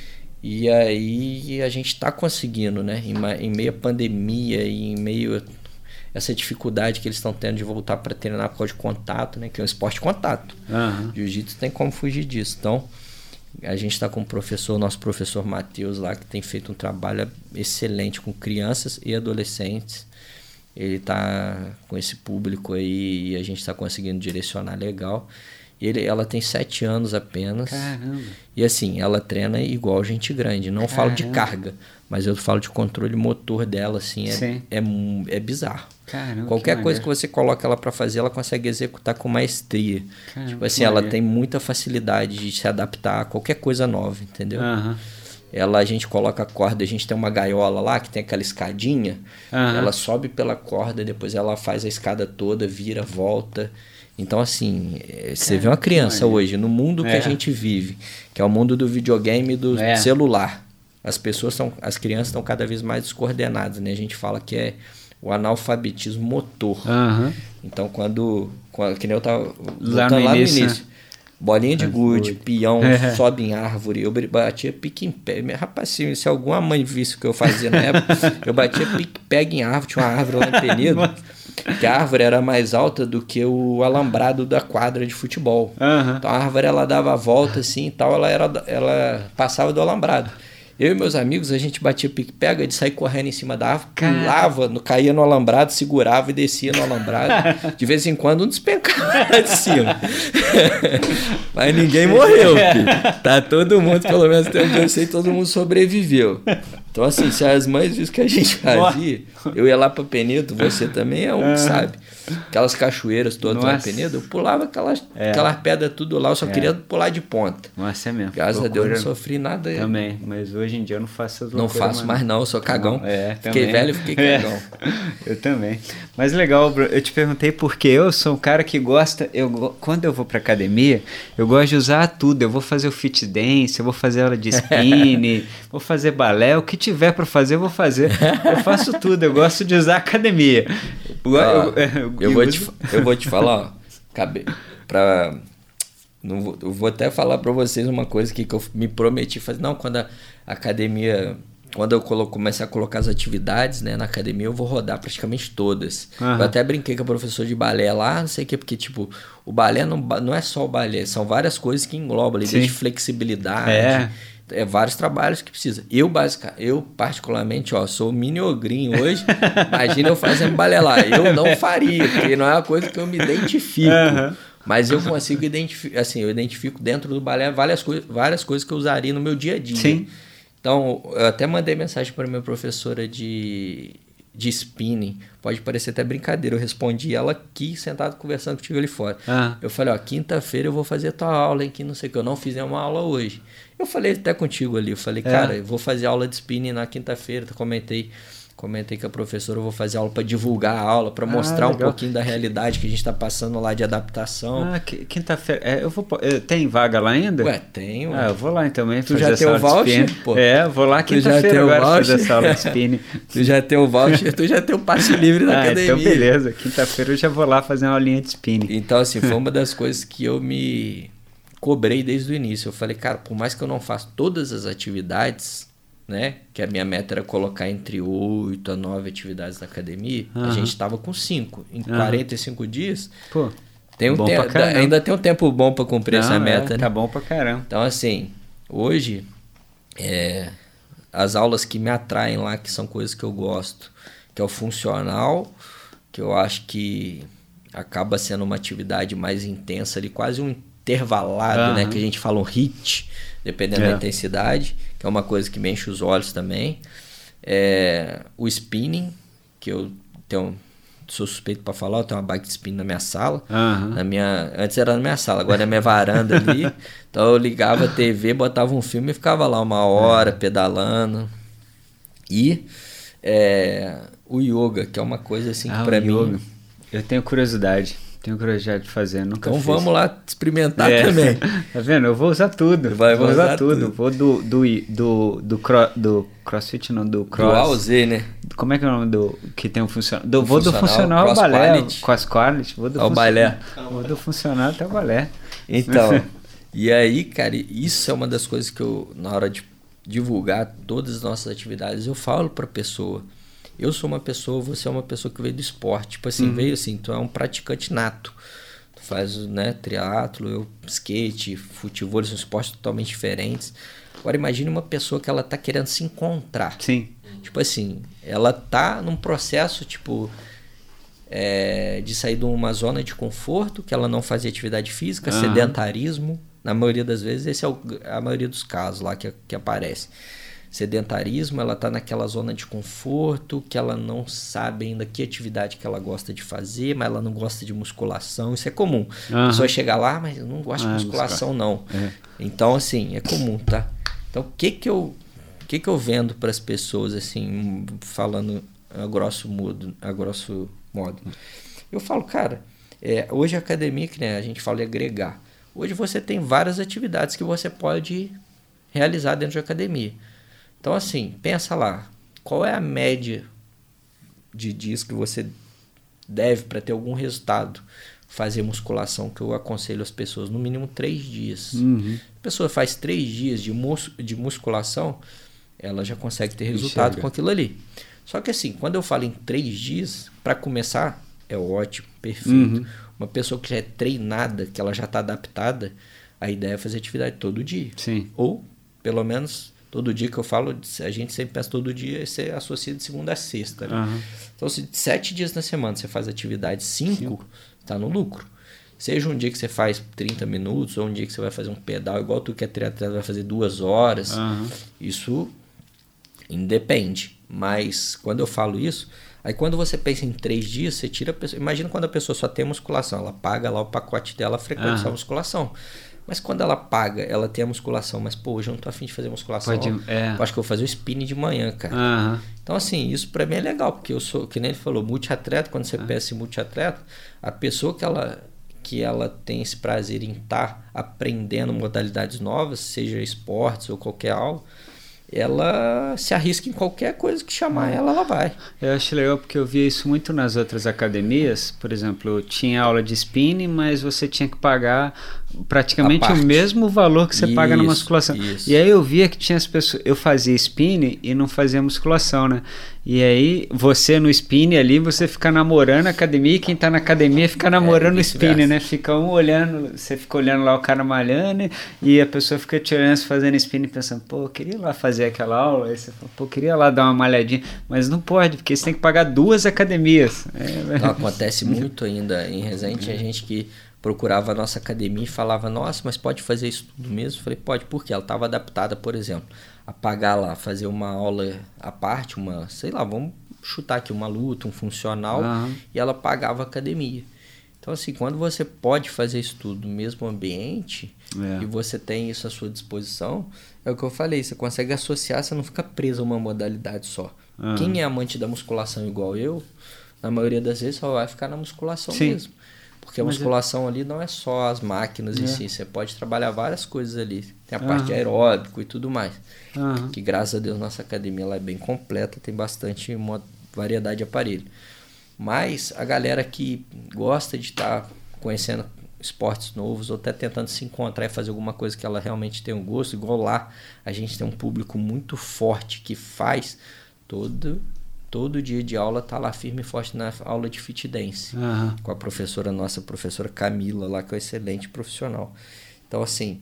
E aí a gente está conseguindo, né? Em, em meio à pandemia e em meio a essa dificuldade que eles estão tendo de voltar para treinar por causa de contato, né? Que é um esporte de contato. Uhum. Jiu-jitsu tem como fugir disso. Então, a gente está com o professor, nosso professor Matheus lá, que tem feito um trabalho excelente com crianças e adolescentes. Ele está com esse público aí e a gente está conseguindo direcionar legal. Ele, ela tem sete anos apenas. Caramba. E assim, ela treina igual gente grande. Não Caramba. falo de carga, mas eu falo de controle motor dela, assim, é, é, é bizarro. Caramba, Qualquer que coisa que você coloca ela para fazer, ela consegue executar com maestria. Caramba, tipo assim, ela tem muita facilidade de se adaptar a qualquer coisa nova, entendeu? Uhum. Ela, a gente coloca a corda, a gente tem uma gaiola lá que tem aquela escadinha, uhum. ela sobe pela corda, depois ela faz a escada toda, vira, volta. Então, assim, você vê uma criança hoje, no mundo é. que a gente vive, que é o mundo do videogame e do é. celular. As pessoas são, as crianças estão cada vez mais descoordenadas, né? A gente fala que é o analfabetismo motor. Uhum. Então, quando, quando... Que nem eu tava lá no, lá início, no início. Né? Bolinha de gude, peão, é. sobe em árvore. Eu batia pique em pé. Rapaz, se, se alguma mãe visse o que eu fazia na época, eu batia pique pega em árvore. Tinha uma árvore lá em Penedo. Que a árvore era mais alta do que o alambrado da quadra de futebol. Uhum. Então a árvore ela dava a volta assim e tal, ela, era, ela passava do alambrado. Eu e meus amigos, a gente batia pique-pega de sair correndo em cima da árvore, pulava, no, caía no alambrado, segurava e descia no alambrado. De vez em quando um despencava de cima. Mas ninguém morreu, filho. Tá todo mundo, pelo menos até onde eu sei, todo mundo sobreviveu. Então assim, se as mães viram o que a gente fazia, eu ia lá pra Penedo, você também é um que sabe. Aquelas cachoeiras todas Nossa. lá em Penedo, eu pulava aquelas, é. aquelas pedras tudo lá, eu só é. queria pular de ponta. Nossa, é mesmo. Graças Loucura. a Deus não sofri nada. Também, mas hoje em dia eu não faço essas Não faço mais não, eu sou cagão. Não, é, fiquei velho e fiquei cagão. É. Eu também. Mas legal, eu te perguntei porque eu sou um cara que gosta, eu, quando eu vou pra academia, eu gosto de usar tudo. Eu vou fazer o fit dance, eu vou fazer aula de spinning, vou fazer balé, o que tiver pra fazer eu vou fazer. Eu faço tudo, eu gosto de usar a academia. Eu, ah, eu, eu, eu, vou te, eu vou te falar, ó, cabe, pra, não vou, eu vou até falar pra vocês uma coisa que, que eu me prometi fazer. Não, quando a academia, quando eu colo, começar a colocar as atividades, né, na academia, eu vou rodar praticamente todas. Uhum. Eu até brinquei com a professora de balé lá, não sei o que, porque tipo, o balé não, não é só o balé, são várias coisas que englobam ali, desde flexibilidade... É. É vários trabalhos que precisa. Eu, basicamente, eu particularmente, ó, sou mini ogrinho hoje. Imagina eu fazendo balé lá. Eu não faria, porque não é uma coisa que eu me identifico. Uhum. Mas eu consigo identificar, assim, eu identifico dentro do balé várias, coi- várias coisas que eu usaria no meu dia a dia. Sim. Então, eu até mandei mensagem para minha professora de, de spinning. Pode parecer até brincadeira. Eu respondi ela aqui, sentado conversando contigo ali fora. Uhum. Eu falei, ó, quinta-feira eu vou fazer a tua aula, hein, que não sei o que. Eu não fiz nenhuma aula hoje. Eu falei até contigo ali, eu falei, é. cara, eu vou fazer aula de spinning na quinta-feira, eu comentei, comentei com a professora, eu vou fazer aula para divulgar a aula, para mostrar ah, um pouquinho da realidade que a gente está passando lá de adaptação. Ah, quinta-feira, é, eu vou, tem vaga lá ainda? Ué, tenho. Ah, eu vou lá também tu fazer essa aula de spinning. Tu já tem o voucher? É, vou lá quinta-feira agora fazer essa aula de spinning. Tu já tem o voucher, tu já tem o passe livre na ah, academia. Então beleza, quinta-feira eu já vou lá fazer uma aulinha de spinning. Então assim, foi uma das coisas que eu me... cobrei desde o início. Eu falei, cara, por mais que eu não faça todas as atividades, né? Que a minha meta era colocar entre oito a nove atividades na academia, uhum. a gente estava com cinco. Em uhum. quarenta e cinco dias, pô, tem um te- ainda tem um tempo bom para cumprir não, essa meta. É, né? Tá bom pra caramba. Então, assim, hoje, é, as aulas que me atraem lá, que são coisas que eu gosto, que é o funcional, que eu acho que acaba sendo uma atividade mais intensa ali, quase um intervalado, uhum. né? Que a gente fala um hit, dependendo é. da intensidade, que é uma coisa que me enche os olhos também. É, o spinning, que eu tenho, sou suspeito para falar, eu tenho uma bike de spinning na minha sala. Uhum. Na minha, antes era na minha sala, agora é na minha varanda ali. Então eu ligava a T V, botava um filme e ficava lá uma hora uhum. pedalando. E é, o yoga, que é uma coisa assim ah, que para mim... Eu tenho curiosidade. Tenho curiosidade de fazer, nunca Então fiz. vamos lá experimentar é. também. Tá vendo? Eu vou usar tudo. Vai vou usar, usar tudo. tudo. Vou do, do, do, do, cro, do crossfit, não, do cross. Do A ao Z, né? Como é que é o nome do que tem um funcional? Do, o vou funcional, do funcional ao balé. Quality. Cross quality. Vou do ao balé. Vou do funcional até o balé. Então, e aí, cara, isso é uma das coisas que eu, na hora de divulgar todas as nossas atividades, eu falo pra pessoa. Eu sou uma pessoa, você é uma pessoa que veio do esporte. Tipo assim, uhum. veio assim, tu é um praticante nato. Tu faz, né, triatlo, eu skate, futebol, são esportes totalmente diferentes. Agora imagine uma pessoa que ela tá querendo se encontrar. Sim. Tipo assim, ela tá num processo, tipo, é, de sair de uma zona de conforto, que ela não fazia atividade física, uhum. sedentarismo. Na maioria das vezes, esse é o, a maioria dos casos lá que, que aparece. Sedentarismo, ela está naquela zona de conforto, que ela não sabe ainda que atividade que ela gosta de fazer, mas ela não gosta de musculação, isso é comum. Uhum. A pessoa chega lá, mas eu não gosto ah, de musculação não. É. Então, assim, é comum, tá? Então, o que que eu, que que eu vendo para as pessoas, assim, falando a grosso modo, a grosso modo? Eu falo, cara, é, hoje a academia, que né, a gente fala de agregar, hoje você tem várias atividades que você pode realizar dentro de academia. Então, assim, pensa lá, qual é a média de dias que você deve para ter algum resultado fazer musculação, que eu aconselho as pessoas, no mínimo três dias. Uhum. A pessoa faz três dias de, mus- de musculação, ela já consegue ter resultado Enxerga. com aquilo ali. Só que assim, quando eu falo em três dias, para começar, é ótimo, perfeito. Uhum. Uma pessoa que já é treinada, que ela já está adaptada, a ideia é fazer atividade todo dia. Sim. Ou, pelo menos... Todo dia que eu falo, a gente sempre pensa todo dia, você associa de segunda a sexta. Né? Uhum. Então, se sete dias na semana você faz atividade cinco, tá no lucro. Seja um dia que você faz trinta minutos, ou um dia que você vai fazer um pedal, igual tu que é triatleta vai fazer duas horas. Uhum. Isso independe. Mas quando eu falo isso, aí quando você pensa em três dias, você tira a pessoa. Imagina quando a pessoa só tem musculação, ela paga lá o pacote dela, frequenta uhum. a musculação. Mas quando ela paga, ela tem a musculação, mas pô, hoje eu não tô afim de fazer musculação. Pode, é. Eu acho que eu vou fazer o spinning de manhã, cara. Uhum. Então, assim, isso pra mim é legal, porque eu sou, que nem ele falou, multiatleta, quando você uhum. pensa em multiatleta, a pessoa que ela, que ela tem esse prazer em estar tá aprendendo modalidades novas, seja esportes ou qualquer aula, ela se arrisca em qualquer coisa que chamar ela, ela vai. Eu acho legal porque eu via isso muito nas outras academias. Por exemplo, tinha aula de spinning, mas você tinha que pagar praticamente o mesmo valor que você isso, paga na musculação. Isso. E aí eu via que tinha as pessoas... Eu fazia spinning e não fazia musculação, né? E aí você no spinning ali, você fica namorando a academia, e quem tá na academia fica namorando é, o spinning, né? Fica um olhando, você fica olhando lá o cara malhando e a pessoa fica te olhando fazendo spinning pensando, pô, eu queria ir lá fazer aquela aula. Aí você fala, pô, eu queria ir lá dar uma malhadinha. Mas não pode, porque você tem que pagar duas academias. É, não, acontece muito ainda em Resende, tinha gente que procurava a nossa academia e falava, nossa, mas pode fazer isso tudo mesmo? Eu falei, pode, porque ela estava adaptada, por exemplo, a pagar lá, fazer uma aula à parte, uma, sei lá, vamos chutar aqui, uma luta, um funcional, uhum. e ela pagava a academia. Então, assim, quando você pode fazer isso tudo no mesmo ambiente, é. e você tem isso à sua disposição, é o que eu falei, você consegue associar, você não fica preso a uma modalidade só. Uhum. Quem é amante da musculação igual eu, na maioria das vezes só vai ficar na musculação Sim. mesmo. Porque a Mas musculação é... ali não é só as máquinas é. em si, você pode trabalhar várias coisas ali. Tem a uhum. parte de aeróbico e tudo mais. Uhum. Que graças a Deus nossa academia ela é bem completa, tem bastante uma variedade de aparelho. Mas a galera que gosta de estar tá conhecendo esportes novos, ou até tentando se encontrar e fazer alguma coisa que ela realmente tem um gosto. Igual lá, a gente tem um público muito forte que faz todo, todo dia de aula, tá lá firme e forte na aula de fit dance, uhum. com a professora nossa, a professora Camila, lá, que é um excelente profissional. Então, assim,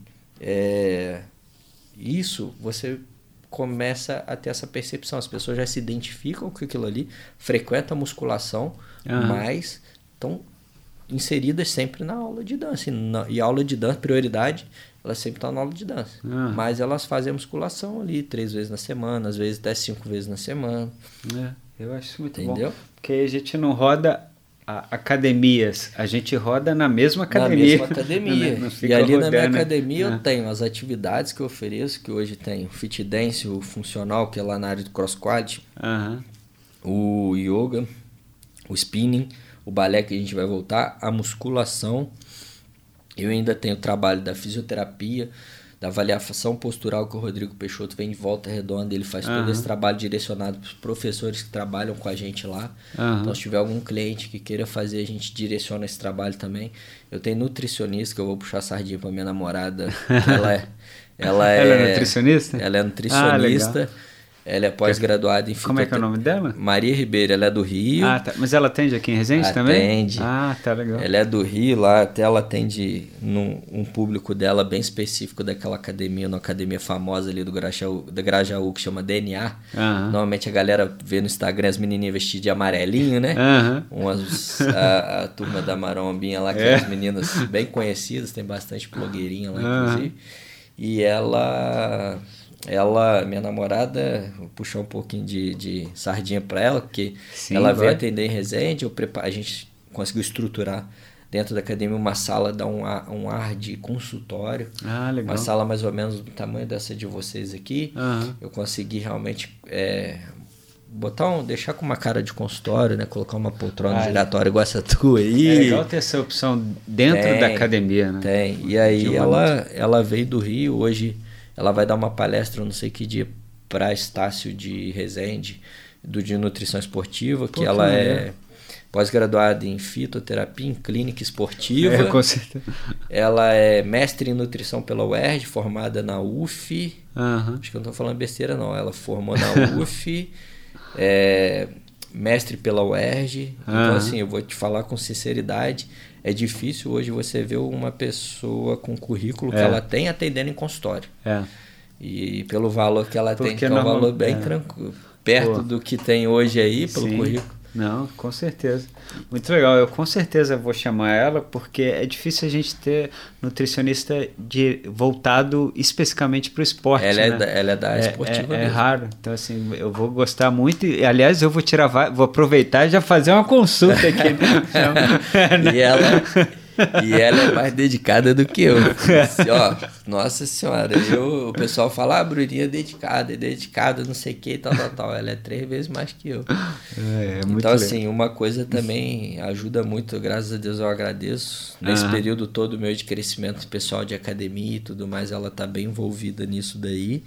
é, isso você começa a ter essa percepção. As pessoas já se identificam com aquilo ali, frequentam a musculação, uhum. mas estão inseridas sempre na aula de dança. E, na, e aula de dança, prioridade, elas sempre estão na aula de dança. Uhum. Mas elas fazem a musculação ali três vezes na semana, às vezes até cinco vezes na semana. É, eu acho isso muito Entendeu? bom. Porque a gente não roda a, academias, a gente roda na mesma academia. Na mesma academia. não, não e ali rodando. Na minha academia é. eu tenho as atividades que eu ofereço, que hoje tem o fit dance, o funcional, que é lá na área do cross quad, uhum. o yoga, o spinning, o balé, que a gente vai voltar, a musculação. Eu ainda tenho o trabalho da fisioterapia, da avaliação postural, que o Rodrigo Peixoto vem de Volta Redonda, ele faz uhum. todo esse trabalho direcionado para os professores que trabalham com a gente lá. Uhum. Então, se tiver algum cliente que queira fazer, a gente direciona esse trabalho também. Eu tenho nutricionista, que eu vou puxar a sardinha para minha namorada. Ela é, ela é, ela é nutricionista? Ela é nutricionista. Ah, ela é pós-graduada em Como é que é o nome dela? Maria Ribeiro, ela é do Rio. Ah, tá. Mas ela atende aqui em Resende atende. também? Atende. Ah, tá legal. Ela é do Rio, lá até ela atende num, um público dela bem específico daquela academia, uma academia famosa ali do Grajaú, da Grajaú, que chama D N A. Uhum. Normalmente a galera vê no Instagram as menininhas vestidas de amarelinho, né? Uhum. Umas, a, a turma da Marombinha lá, que é as meninas bem conhecidas, tem bastante blogueirinha lá, uhum. inclusive. E ela... Ela, minha namorada, vou puxar um pouquinho de, de sardinha para ela, porque Sim, ela veio atender em Resende, eu preparo, a gente conseguiu estruturar dentro da academia uma sala, dar um ar, um ar de consultório. Ah, legal. Uma sala mais ou menos do tamanho dessa de vocês aqui. Uhum. Eu consegui realmente é, botar um, deixar com uma cara de consultório, né? Colocar uma poltrona ah, giratória igual essa tua aí. É legal ter essa opção dentro tem, da academia, né? Tem. E aí ela, ela veio do Rio, hoje... Ela vai dar uma palestra, não sei que dia, para Estácio de Resende, do de nutrição esportiva, que Pô, ela que é pós-graduada em fitoterapia, em clínica esportiva. É, com certeza. Ela é mestre em nutrição pela U E R J, formada na U F. Uhum. Acho que eu não estou falando besteira, não. Ela formou na U F, é, mestre pela U E R J. Uhum. Então, assim, eu vou te falar com sinceridade. É difícil hoje você ver uma pessoa com o currículo é. que ela tem atendendo em consultório. É. E pelo valor que ela Porque tem, que é um valor bem é. tranquilo. Perto Pô. do que tem hoje aí, pelo Sim. currículo. Não, com certeza. Muito legal. Eu com certeza vou chamar ela, porque é difícil a gente ter nutricionista de, voltado especificamente para o esporte. Ela, né? é da, ela é da é, esportiva. É, é raro. Então, assim, eu vou gostar muito. E, aliás, eu vou tirar, vou aproveitar e já fazer uma consulta aqui. Né? E ela. E ela é mais dedicada do que eu. Assim, ó, nossa senhora, eu, o pessoal fala, ah, Bruninha é dedicada, é dedicada, não sei o que, tal, tal, tal. Ela é três vezes mais que eu. É, é muito então, assim, legal. Uma coisa também ajuda muito, graças a Deus eu agradeço. Nesse ah. período todo meu de crescimento pessoal de academia e tudo mais, ela tá bem envolvida nisso daí.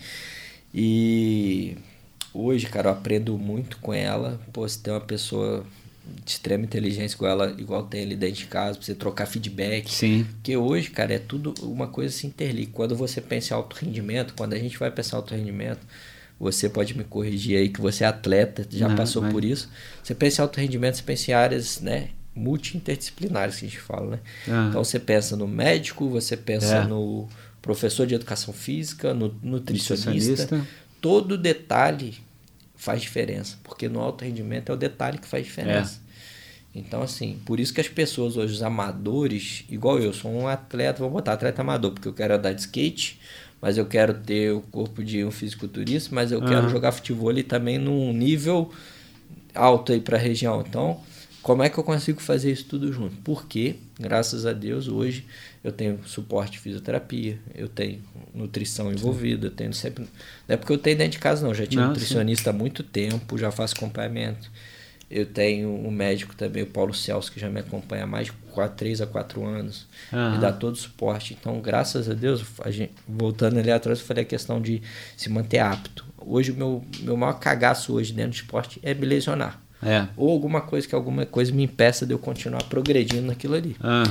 E hoje, cara, eu aprendo muito com ela. Pô, se tem uma pessoa de extrema inteligência igual ela, igual tem ali dentro de casa, pra você trocar feedback. Sim. Porque hoje, cara, é tudo uma coisa se interliga. Quando você pensa em alto rendimento, quando a gente vai pensar em alto rendimento, você pode me corrigir aí que você é atleta, já Não, passou mas... por isso. Você pensa em alto rendimento, você pensa em áreas, né, multi-interdisciplinares que a gente fala, né? Ah. Então você pensa no médico, você pensa é. no professor de educação física, no nutricionista. nutricionista. Todo detalhe faz diferença, porque no alto rendimento é o detalhe que faz diferença. É. Então, assim, por isso que as pessoas hoje, os amadores, igual eu, sou um atleta, vou botar atleta amador, porque eu quero andar de skate, mas eu quero ter o corpo de um fisiculturista, mas eu uhum. quero jogar futebol ali também num nível alto aí para a região. Então, como é que eu consigo fazer isso tudo junto? Porque, graças a Deus, hoje eu tenho suporte de fisioterapia, eu tenho nutrição envolvida, eu tenho sempre... Não é porque eu tenho dentro de casa, não. Já tinha não, nutricionista sim. há muito tempo, já faço acompanhamento. Eu tenho um médico também, o Paulo Celso, que já me acompanha há mais de três a quatro anos. Uhum. Me dá todo o suporte. Então, graças a Deus, a gente, voltando ali atrás, eu falei a questão de se manter apto. Hoje, o meu, meu maior cagaço hoje dentro do esporte é me lesionar. É. Ou alguma coisa que alguma coisa me impeça de eu continuar progredindo naquilo ali. Uhum.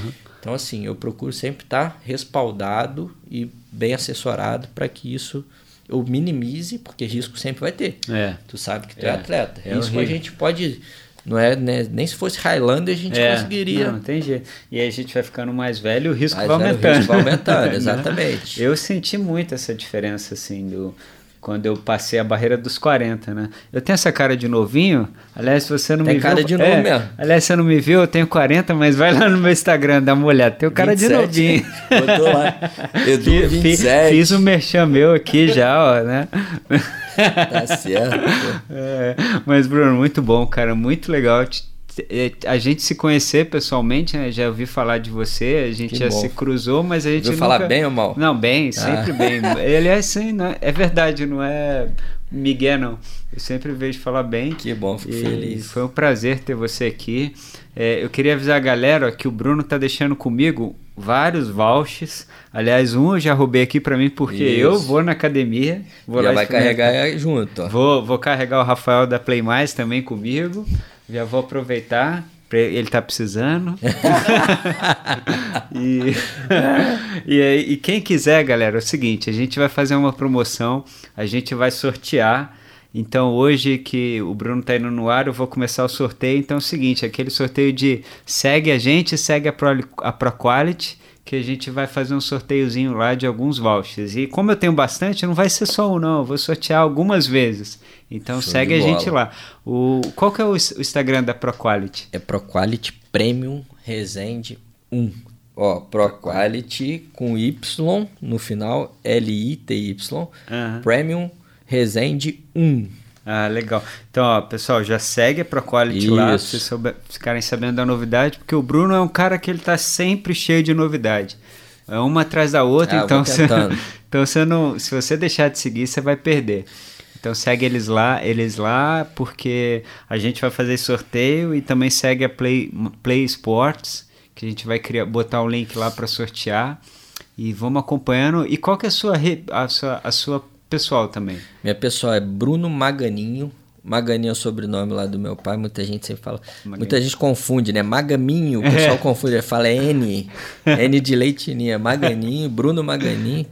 Então, assim, eu procuro sempre estar respaldado e bem assessorado para que isso eu minimize, porque risco sempre vai ter. É. Tu sabe que tu é, é atleta. É risco horrível. A gente pode... Não é, né, nem se fosse Highlander a gente é, conseguiria. Não, não tem jeito. E aí a gente vai ficando mais velho e o risco mais vai velho, aumentando. O risco vai aumentando, exatamente. Eu senti muito essa diferença, assim, do... quando eu passei a barreira dos quarenta, né? Eu tenho essa cara de novinho, aliás, se você não tem me viu... Tem cara de novo é, mesmo. Aliás, se você não me viu, eu tenho quarenta, mas vai lá no meu Instagram, dá uma olhada, tenho cara vinte e sete, de novinho. Botou lá, Edu vinte e sete. Fiz um merchan meu aqui já, ó, né? Tá certo. É, mas, Bruno, muito bom, cara, muito legal te a gente se conhecer pessoalmente, né? Já ouvi falar de você, a gente que já bom. se cruzou, mas a gente Ouviu nunca... falar bem ou mal? Não, bem, sempre ah. bem. Aliás, sim, né? É verdade, não é migué, não. Eu sempre vejo falar bem. Que bom, fico e feliz. Foi um prazer ter você aqui. É, eu queria avisar a galera ó, que o Bruno tá deixando comigo vários vouchers. Aliás, um eu já roubei aqui para mim porque Isso. eu vou na academia. Vou já lá vai carregar junto. Ó. Vou, vou carregar o Rafael da Play Mais também comigo. Já vou aproveitar, ele tá precisando. e, e, e quem quiser, galera, é o seguinte, a gente vai fazer uma promoção, a gente vai sortear. Então hoje que o Bruno tá indo no ar, eu vou começar o sorteio. Então é o seguinte, aquele sorteio de segue a gente, segue a Pro, a ProQuality, que a gente vai fazer um sorteiozinho lá de alguns vouchers. E como eu tenho bastante, não vai ser só um não, eu vou sortear algumas vezes. Então Show segue a gente lá. O, qual que é o, o Instagram da ProQuality? É ProQuality Premium Resende um. Ó, ProQuality com Y no final, L I T Y, uhum. Premium Resende um. Ah, legal. Então, ó, pessoal, já segue a ProQuality Isso. lá, pra vocês souber, ficarem sabendo da novidade, porque o Bruno é um cara que ele tá sempre cheio de novidade. É uma atrás da outra, ah, então, você, então você não, se você deixar de seguir, você vai perder. Então segue eles lá, eles lá, porque a gente vai fazer sorteio e também segue a Play, Play Sports, que a gente vai criar, botar um link lá para sortear e vamos acompanhando. E qual que é a sua, a sua, a sua pessoal também? Minha pessoal é Bruno Maganinho. Maganinho é o sobrenome lá do meu pai, muita gente sempre fala, Maganinho. Muita gente confunde, né? Magaminho, o pessoal é. confunde, fala N, N de leitinha, Maganinho, Bruno Maganinho.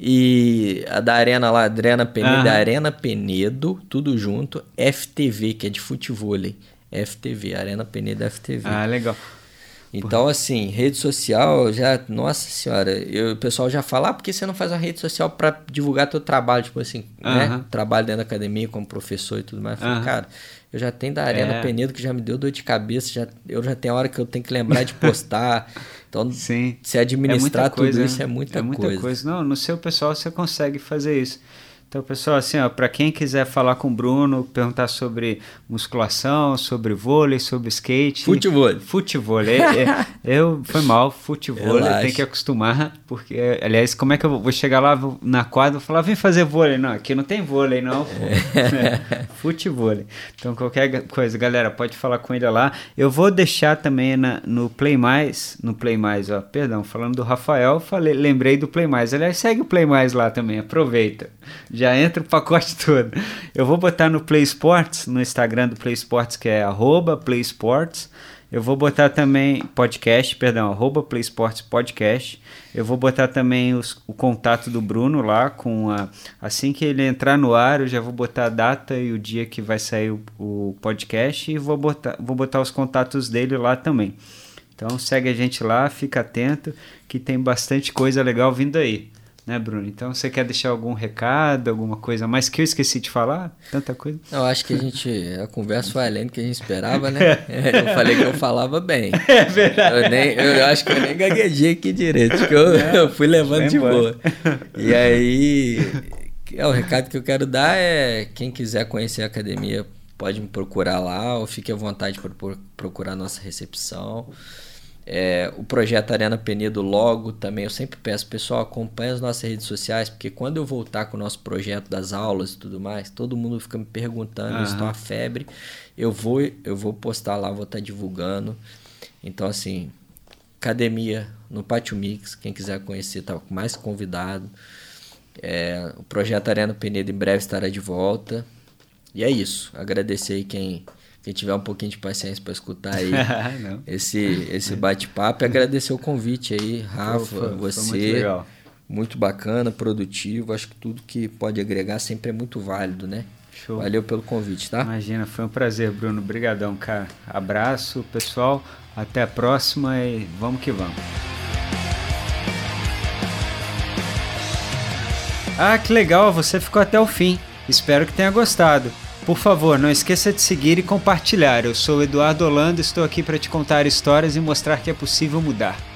E a da Arena lá, Adriana Penedo, uhum. Arena Penedo, tudo junto, F T V, que é de futevôlei, F T V, Arena Penedo F T V. Ah, legal. Então, assim, rede social, já, nossa senhora, eu, o pessoal já fala, ah, por que você não faz uma rede social para divulgar teu trabalho, tipo assim, uhum. né? Trabalho dentro da academia como professor e tudo mais. Eu falei, uhum. cara, eu já tenho da Arena é. Penedo que já me deu dor de cabeça, já, eu já tenho hora que eu tenho que lembrar de postar. Então, Sim. se administrar é tudo coisa, isso é muita, é muita coisa. coisa. Não, no seu pessoal você consegue fazer isso. Então, pessoal, assim, ó, para quem quiser falar com o Bruno, perguntar sobre musculação, sobre vôlei, sobre skate... Futevôlei. Futevôlei. é, é, eu, foi mal, futevôlei, tem que acostumar, porque, aliás, como é que eu vou chegar lá vou, na quadra e falar, vem fazer vôlei? Não, aqui não tem vôlei, não. É. Futevôlei. Então, qualquer coisa, galera, pode falar com ele lá. Eu vou deixar também na, no Play Mais, no Play Mais, ó, perdão, falando do Rafael, falei, lembrei do Play Mais. Aliás, segue o Play Mais lá também, aproveita. Já entra o pacote todo. Eu vou botar no Play Sports, no Instagram do Play Sports, que é arroba Play Sports. Eu vou botar também podcast, perdão, arroba Play Sports Podcast. Eu vou botar também os, o contato do Bruno lá, com a, assim que ele entrar no ar, eu já vou botar a data e o dia que vai sair o, o podcast e vou botar, vou botar os contatos dele lá também. Então segue a gente lá, fica atento, que tem bastante coisa legal vindo aí. Né, Bruno? Então, você quer deixar algum recado, alguma coisa mais que eu esqueci de falar? Tanta coisa. Eu acho que a gente, a conversa foi além do que a gente esperava, né? Eu falei que eu falava bem. É verdade. Eu, nem, eu acho que eu nem gaguejei aqui direito, porque eu, é, eu fui levando de boa. E aí, é, o recado que eu quero dar é, quem quiser conhecer a academia, pode me procurar lá, ou fique à vontade para procurar a nossa recepção. É, o projeto Arena Penedo logo também, eu sempre peço, pessoal, acompanhe as nossas redes sociais, porque quando eu voltar com o nosso projeto das aulas e tudo mais, todo mundo fica me perguntando, uhum. isso tá uma febre, eu vou, eu vou postar lá, vou estar divulgando. Então, assim, academia no Pátio Mix, quem quiser conhecer, tá mais convidado. É, o projeto Arena Penedo em breve estará de volta. E é isso, agradecer aí quem quem tiver um pouquinho de paciência para escutar aí esse, esse bate-papo, e agradecer o convite aí, Rafa, foi, você. Foi muito legal. Muito bacana, produtivo. Acho que tudo que pode agregar sempre é muito válido, né? Show. Valeu pelo convite, tá? Imagina, foi um prazer, Bruno. Obrigadão, cara. Abraço, pessoal. Até a próxima e vamos que vamos. Ah, que legal, você ficou até o fim. Espero que tenha gostado. Por favor, não esqueça de seguir e compartilhar. Eu sou o Eduardo Holanda e estou aqui para te contar histórias e mostrar que é possível mudar.